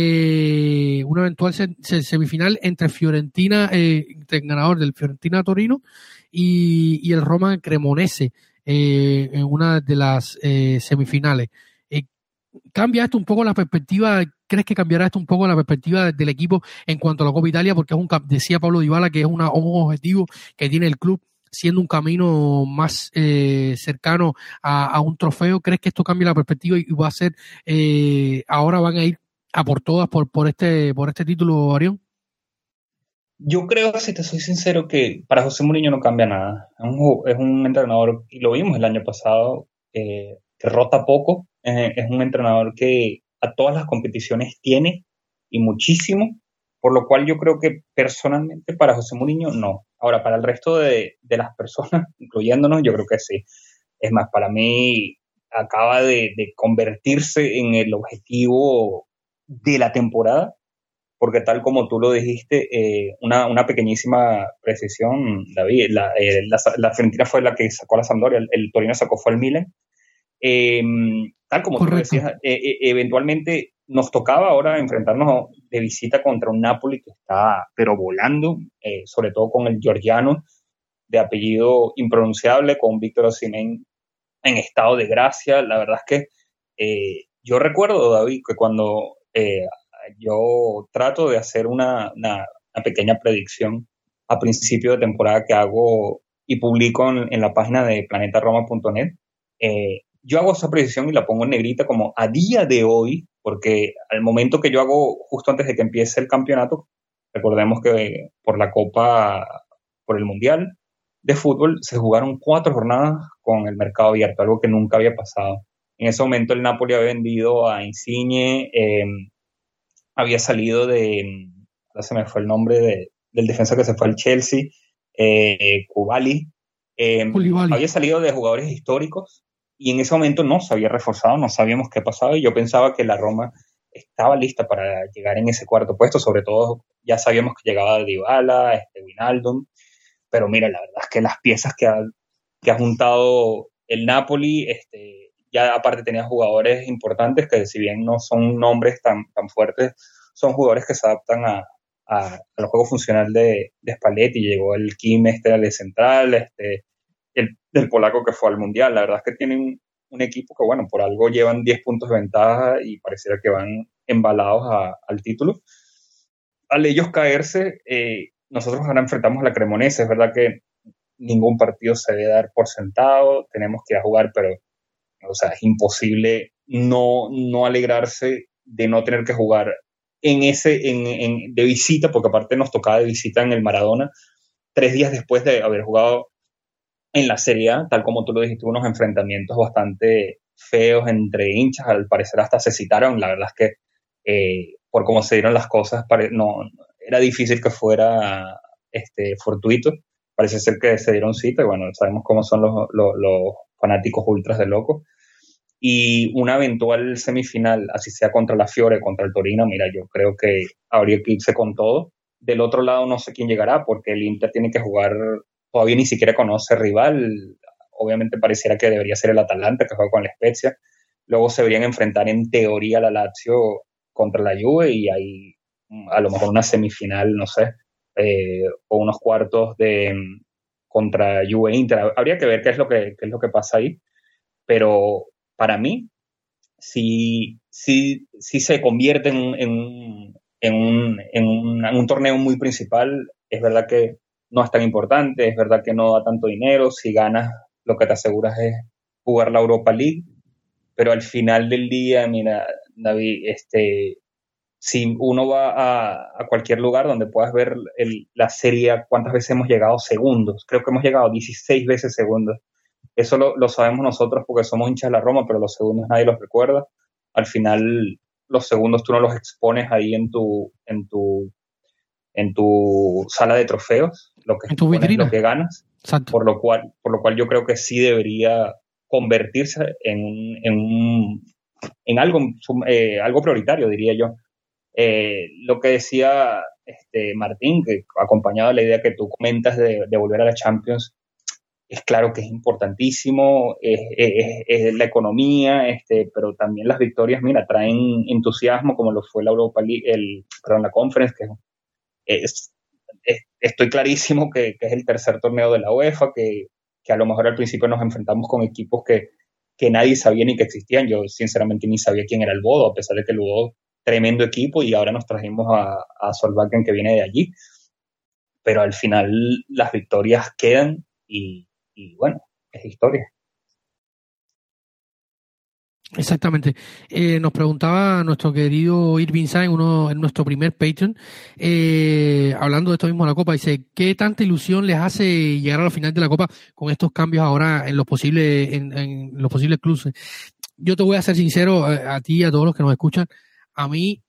semifinal entre Fiorentina, entre el ganador del Fiorentina Torino y el Roma Cremonese, en una de las semifinales. ¿Cambia esto un poco la perspectiva? ¿Crees que cambiará esto un poco la perspectiva del equipo en cuanto a la Copa Italia? Porque decía Pablo Dybala que es un objetivo que tiene el club, siendo un camino más cercano a un trofeo. ¿Crees que esto cambia la perspectiva y va a ser, ahora van a ir a por todas por este título, Arión? Yo creo, si te soy sincero, que para José Mourinho no cambia nada. Es un entrenador, y lo vimos el año pasado, que rota poco. Es un entrenador que a todas las competiciones tiene, y muchísimo, por lo cual yo creo que personalmente para José Mourinho no. Ahora, para el resto de las personas, incluyéndonos, yo creo que sí. Es más, para mí acaba de convertirse en el objetivo de la temporada, porque tal como tú lo dijiste, una pequeñísima precisión, David, la Fiorentina fue la que sacó a la Sampdoria, el Torino fue el Milan. Tal como Correcto. tú decías, eventualmente nos tocaba ahora enfrentarnos de visita contra un Napoli que está pero volando, sobre todo con el georgiano de apellido impronunciable, con Víctor Osimhen en estado de gracia. La verdad es que yo recuerdo, David, que cuando yo trato de hacer una pequeña predicción a principio de temporada que hago y publico en la página de planetaroma.net, yo hago esa predicción y la pongo en negrita como a día de hoy, porque al momento que yo hago, justo antes de que empiece el campeonato, recordemos que por la Copa, por el Mundial de Fútbol, se jugaron 4 jornadas con el mercado abierto, algo que nunca había pasado. En ese momento el Napoli había vendido a Insigne, había salido ahora se me fue el nombre del defensa que se fue al Chelsea, Koulibaly, había salido de jugadores históricos, y en ese momento no se había reforzado, no sabíamos qué pasaba, y yo pensaba que la Roma estaba lista para llegar en ese cuarto puesto. Sobre todo ya sabíamos que llegaba Dybala, Wijnaldum, pero mira, la verdad es que las piezas que ha juntado el Napoli, ya aparte tenía jugadores importantes que, si bien no son nombres tan fuertes, son jugadores que se adaptan al juego funcional de Spalletti. Llegó el Kim de central, el polaco que fue al Mundial. La verdad es que tienen un equipo que, bueno, por algo llevan 10 puntos de ventaja y pareciera que van embalados al título. Al ellos caerse, nosotros ahora enfrentamos a la Cremonese. Es verdad que ningún partido se debe dar por sentado, tenemos que ir a jugar, pero o sea, es imposible no alegrarse de no tener que jugar de visita, porque aparte nos tocaba de visita en el Maradona, 3 días después de haber jugado en la Serie A. Tal como tú lo dijiste, unos enfrentamientos bastante feos entre hinchas, al parecer hasta se citaron. La verdad es que por cómo se dieron las cosas, no era difícil que fuera fortuito. Parece ser que se dieron cita, y bueno, sabemos cómo son los fanáticos ultras de loco. Y una eventual semifinal, así sea contra la Fiore, contra el Torino, mira, yo creo que habría que irse con todo. Del otro lado no sé quién llegará, porque el Inter tiene que jugar, todavía ni siquiera conoce rival. Obviamente pareciera que debería ser el Atalanta, que juega con la Spezia. Luego se deberían enfrentar en teoría la Lazio contra la Juve, y hay a lo mejor una semifinal, no sé, o unos cuartos contra Juve Inter. Habría que ver qué es lo que pasa ahí, pero para mí sí se convierte en un torneo muy principal. Es verdad que no es tan importante, es verdad que no da tanto dinero. Si ganas, lo que te aseguras es jugar la Europa League, pero al final del día, mira, David, si uno va a cualquier lugar donde puedas ver la serie, cuántas veces hemos llegado segundos, creo que hemos llegado 16 veces segundos. Eso lo sabemos nosotros porque somos hinchas de la Roma, pero los segundos nadie los recuerda. Al final, los segundos tú no los expones ahí en tu sala de trofeos, lo que expones es lo que ganas. Exacto. Por lo cual yo creo que sí debería convertirse en algo prioritario, diría yo. Lo que decía Martín, que acompañado de la idea que tú comentas de volver a la Champions, es claro que es importantísimo, es la economía, pero también las victorias, mira, traen entusiasmo, como lo fue la Europa League, la Conference, que estoy clarísimo que es el tercer torneo de la UEFA, que a lo mejor al principio nos enfrentamos con equipos que nadie sabía ni que existían. Yo sinceramente ni sabía quién era el Bodo, a pesar de que el Bodo, tremendo equipo, y ahora nos trajimos a Solbakken, que viene de allí. Pero al final las victorias quedan, y bueno, es historia. Exactamente. Nos preguntaba nuestro querido Irving Sainz, en nuestro primer Patreon, hablando de esto mismo de la Copa, dice, ¿qué tanta ilusión les hace llegar a la final de la Copa con estos cambios ahora en los posibles clubes? Yo te voy a ser sincero, a ti y a todos los que nos escuchan, a mí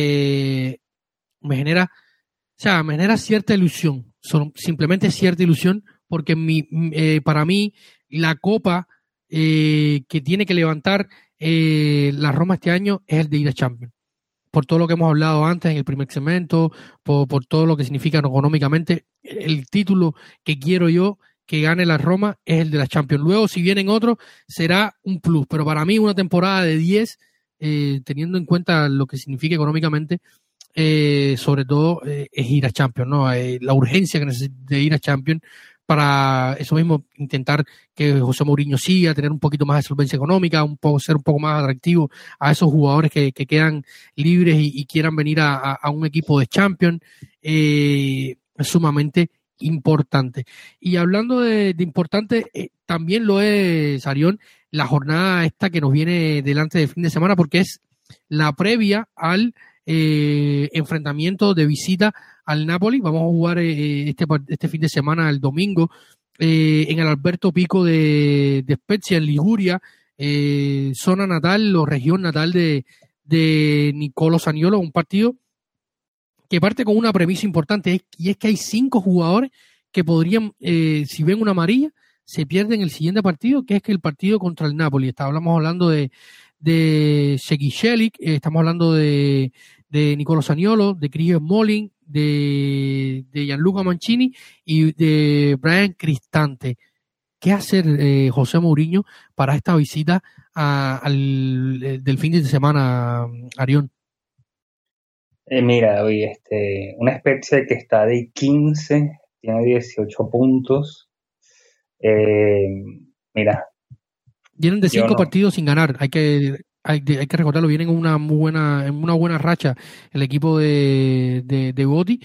me genera cierta ilusión, simplemente cierta ilusión, porque para mí la Copa que tiene que levantar la Roma este año es el de ir a Champions. Por todo lo que hemos hablado antes en el primer segmento, por todo lo que significa económicamente, el título que quiero yo que gane la Roma es el de la Champions. Luego, si vienen otros, será un plus. Pero para mí, una temporada de 10, teniendo en cuenta lo que significa económicamente, sobre todo es ir a Champions, ¿no? La urgencia que necesita de ir a Champions, para eso mismo intentar que José Mourinho siga, tener un poquito más de solvencia económica, ser un poco más atractivo a esos jugadores que quedan libres y quieran venir a un equipo de Champions. Es sumamente importante. Y hablando de importante, también lo es, Arión, la jornada esta que nos viene delante de fin de semana, porque es la previa al enfrentamiento de visita al Napoli. Vamos a jugar este fin de semana, el domingo, en el Alberto Pico de Spezia, en Liguria, zona natal o región natal de Nicolo Zaniolo. Un partido que parte con una premisa importante, y es que hay 5 jugadores que podrían, si ven una amarilla, se pierden el siguiente partido, que es que el partido contra el Napoli. Hablamos hablando de Šekić, estamos hablando de Nicolo Zaniolo, de Chris Smalling, de Gianluca Mancini y de Bryan Cristante. ¿Qué hacer José Mourinho para esta visita del fin de semana, Arión? Mira, hoy una especie que está de 15, tiene 18 puntos. Mira. Vienen de 5 partidos sin ganar. Hay que recordarlo, vienen en una buena racha el equipo de Gotti,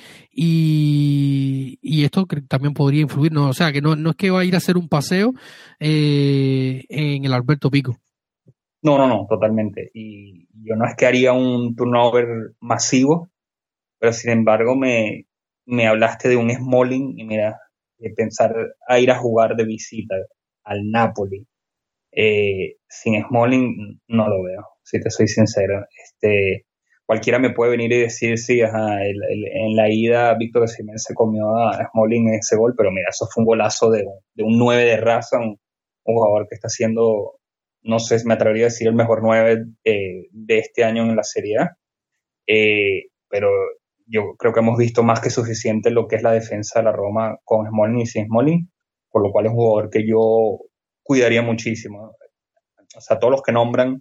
y esto también podría influir, ¿no? O sea, que no es que va a ir a hacer un paseo en el Alberto Pico. No, totalmente. Y yo no es que haría un turnover masivo, pero sin embargo me hablaste de un Smalling, y mira, de pensar a ir a jugar de visita al Napoli. Sin Smalling no lo veo, si te soy sincero. cualquiera me puede venir y decir, sí, en la ida Víctor Osimhen se comió a Smalling en ese gol, pero mira, eso fue un golazo de un 9 de raza, un jugador que está haciendo, no sé, me atrevería a decir el mejor 9 de este año en la Serie A, pero yo creo que hemos visto más que suficiente lo que es la defensa de la Roma con Smalling y sin Smalling, por lo cual es un jugador que yo cuidaría muchísimo. O sea, todos los que nombras,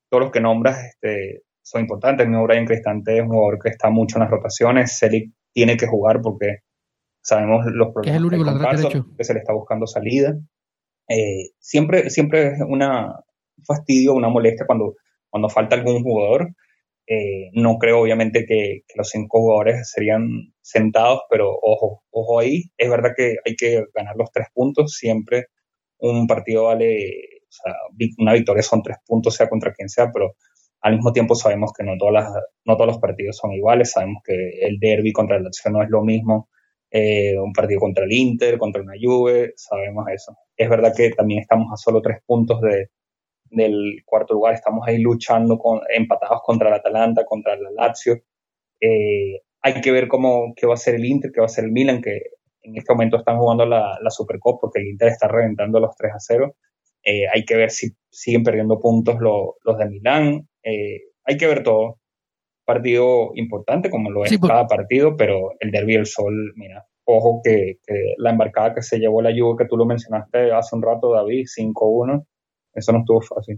son importantes. Mi Bryan Cristante es un jugador que está mucho en las rotaciones. Selic tiene que jugar porque sabemos los problemas que es el único lateral derecho que se le está buscando salida. Siempre es un fastidio, una molestia cuando falta algún jugador. No creo obviamente que los 5 jugadores serían sentados, pero ojo ahí. Es verdad que hay que ganar los 3 puntos. Siempre un partido vale, o sea, una victoria son 3 puntos, sea contra quien sea, pero al mismo tiempo sabemos que no todos los partidos son iguales. Sabemos que el derbi contra el Lazio no es lo mismo, un partido contra el Inter, contra una Juve, sabemos eso. Es verdad que también estamos a solo 3 puntos del cuarto lugar, estamos ahí luchando empatados contra el Atalanta, contra el Lazio. Hay que ver qué va a ser el Inter, qué va a ser el Milan, que en este momento están jugando la Supercopa porque el Inter está reventando los 3-0. Hay que ver si siguen perdiendo puntos los de Milán. Hay que ver todo. Partido importante como lo es cada partido, pero el Derbi del Sol, mira, ojo que la embarcada que se llevó la Juve, que tú lo mencionaste hace un rato, David, 5-1, eso no estuvo fácil.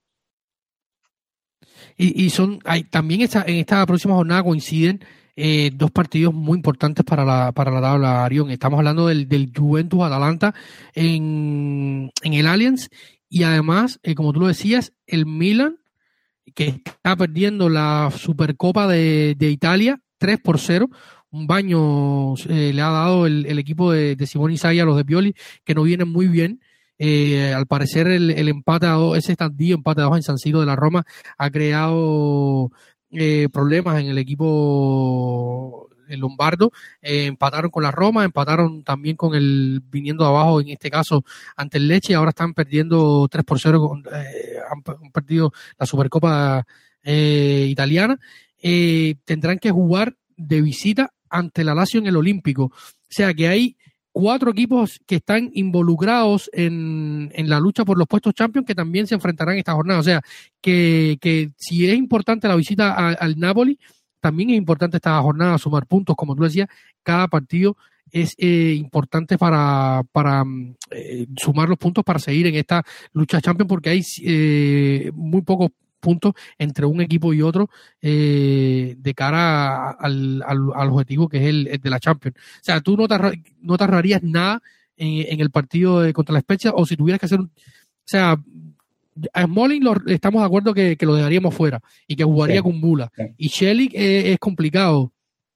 Y también en esta próxima jornada coinciden 2 partidos muy importantes para la tabla, Arión. Estamos hablando del Juventus Atalanta en el Allianz, y además, como tú lo decías, el Milan, que está perdiendo la Supercopa de Italia 3-0. Un baño le ha dado el equipo de Simone Inzaghi a los de Pioli, que no vienen muy bien. Al parecer el empate a 2, ese tardío empate a 2 en San Siro de la Roma ha creado problemas en el equipo lombardo. Empataron con la Roma, empataron también con el viniendo de abajo, en este caso ante el Lecce, y ahora están perdiendo 3-0, han perdido la Supercopa italiana. Tendrán que jugar de visita ante la Lazio en el Olímpico. O sea que hay 4 equipos que están involucrados en la lucha por los puestos Champions, que también se enfrentarán esta jornada. O sea, que si es importante la visita al Napoli, también es importante esta jornada sumar puntos. Como tú decías, cada partido es importante para sumar los puntos para seguir en esta lucha Champions, porque hay muy pocos puntos entre un equipo y otro de cara al objetivo que es el de la Champions. O sea, tú no te ahorrarías nada en el partido contra la Spezia, o si tuvieras que hacer o sea, a Smalling estamos de acuerdo que lo dejaríamos fuera y que jugaría con Mula. Y Shelly es complicado.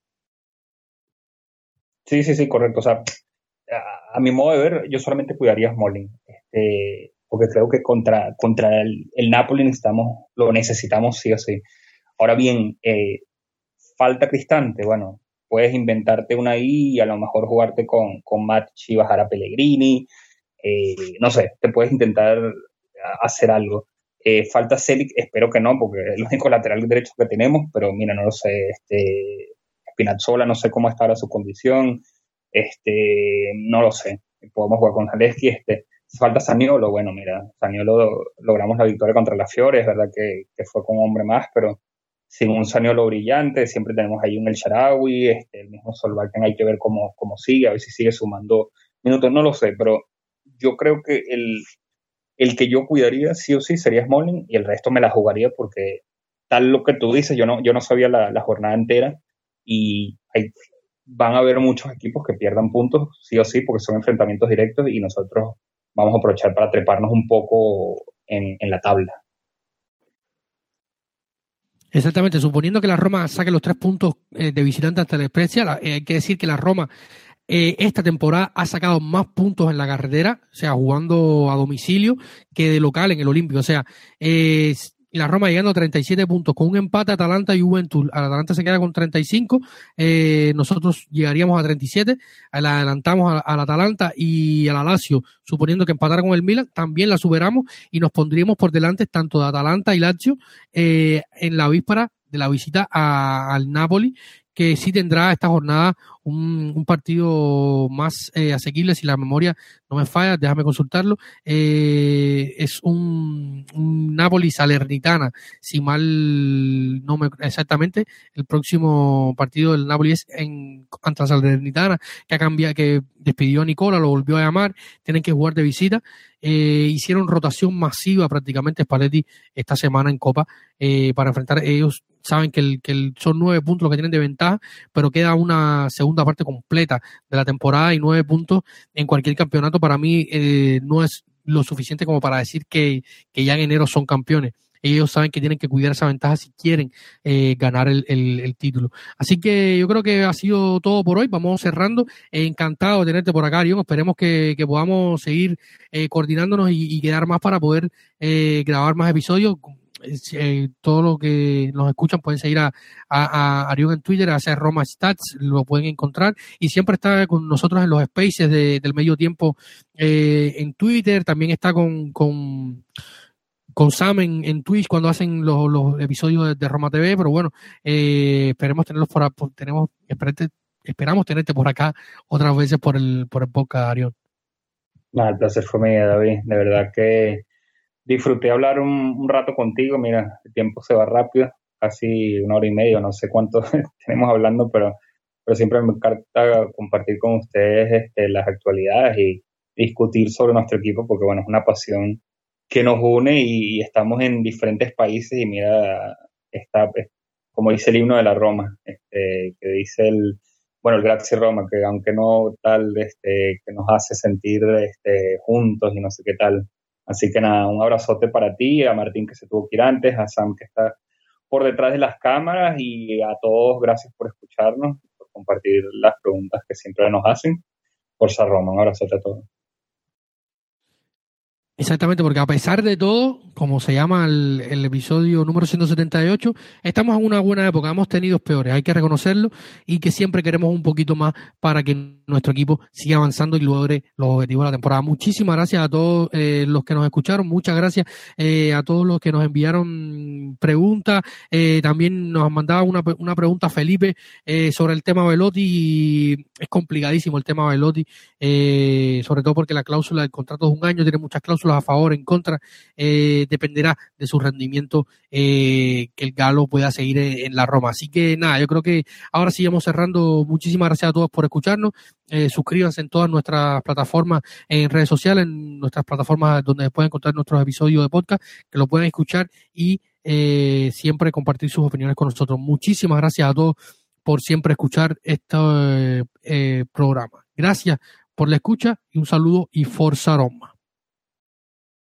Sí, correcto. O sea, a mi modo de ver, yo solamente cuidaría a Smalling. Porque creo que contra el Napoli lo necesitamos sí o sí. Ahora bien, falta Cristante, bueno, puedes inventarte una ahí y a lo mejor jugarte con Matic y bajar a Pellegrini, no sé, te puedes intentar hacer algo. Falta Selic, espero que no, porque es el único lateral derecho que tenemos, pero mira, no lo sé, Spinazzola, no sé cómo está ahora su condición, no lo sé, podemos jugar con Zalewski, falta Zaniolo, bueno, mira, Zaniolo logramos la victoria contra la Fiore, es verdad que fue con un hombre más, pero sin un Zaniolo brillante, siempre tenemos ahí un El Shaarawy, el mismo Solbakken, hay que ver cómo sigue, a ver si sigue sumando minutos, no lo sé, pero yo creo que el que yo cuidaría sí o sí sería Smalling, y el resto me la jugaría porque tal lo que tú dices, yo no sabía la jornada entera, y van a haber muchos equipos que pierdan puntos sí o sí porque son enfrentamientos directos, y nosotros vamos a aprovechar para treparnos un poco en la tabla. Exactamente, suponiendo que la Roma saque los 3 puntos de visitante ante la Spezia, hay que decir que la Roma esta temporada ha sacado más puntos en la carretera, o sea, jugando a domicilio, que de local en el Olímpico. O sea, la Roma llegando a 37 puntos, con un empate Atalanta y Juventus. Atalanta se queda con 35, nosotros llegaríamos a 37, la adelantamos al Atalanta y a la Lazio, suponiendo que empatara con el Milan, también la superamos y nos pondríamos por delante tanto de Atalanta y Lazio en la víspera la visita al Napoli, que sí tendrá esta jornada un partido más asequible, si la memoria no me falla, déjame consultarlo. Es un Napoli Salernitana, si mal no me exactamente. El próximo partido del Napoli es ante la Salernitana, que despidió a Nicola, lo volvió a llamar, tienen que jugar de visita. Hicieron rotación masiva prácticamente Spalletti esta semana en Copa para enfrentar. Ellos saben que son 9 puntos los que tienen de ventaja, pero queda una segunda parte completa de la temporada, y 9 puntos en cualquier campeonato para mí no es lo suficiente como para decir que ya en enero son campeones. Ellos saben que tienen que cuidar esa ventaja si quieren ganar el título. Así que yo creo que ha sido todo por hoy. Vamos cerrando. Encantado de tenerte por acá, Arión. Esperemos que podamos seguir coordinándonos y quedar más para poder grabar más episodios. Todo lo que nos escuchan pueden seguir a Arión en Twitter, a hacer Roma Stats, lo pueden encontrar, y siempre está con nosotros en los spaces del medio tiempo en Twitter. También está con Sam en Twitch cuando hacen los episodios de Roma TV, pero bueno, esperamos tenerte por acá otras veces por el podcast, Arión. El placer fue mío, David. De verdad que disfruté hablar un rato contigo. Mira, el tiempo se va rápido, casi 1 hora y media, no sé cuánto tenemos hablando, pero siempre me encanta compartir con ustedes las actualidades y discutir sobre nuestro equipo, porque bueno, es una pasión que nos une y estamos en diferentes países. Y mira, como dice el himno de la Roma, que dice el Grazie Roma, que aunque no tal, que nos hace sentir juntos y no sé qué tal. Así que nada, un abrazote para ti, a Martín, que se tuvo que ir antes, a Sam, que está por detrás de las cámaras, y a todos, gracias por escucharnos, por compartir las preguntas que siempre nos hacen. Forza Roma, un abrazote a todos. Exactamente, porque a pesar de todo, como se llama el episodio número 178, estamos en una buena época. Hemos tenido peores, hay que reconocerlo, y que siempre queremos un poquito más para que nuestro equipo siga avanzando y logre los objetivos de la temporada. Muchísimas gracias a todos los que nos escucharon, muchas gracias a todos los que nos enviaron preguntas. También nos mandaba una pregunta Felipe sobre el tema Belotti, y es complicadísimo el tema Belotti, sobre todo porque la cláusula del contrato es 1 año, tiene muchas cláusulas a favor, en contra, dependerá de su rendimiento que el Galo pueda seguir en la Roma. Así que nada, yo creo que ahora sí vamos cerrando. Muchísimas gracias a todos por escucharnos. Suscríbanse en todas nuestras plataformas, en redes sociales, en nuestras plataformas donde pueden encontrar nuestros episodios de podcast, que lo pueden escuchar, y siempre compartir sus opiniones con nosotros. Muchísimas gracias a todos por siempre escuchar este programa. Gracias por la escucha, y un saludo, y Forza Roma.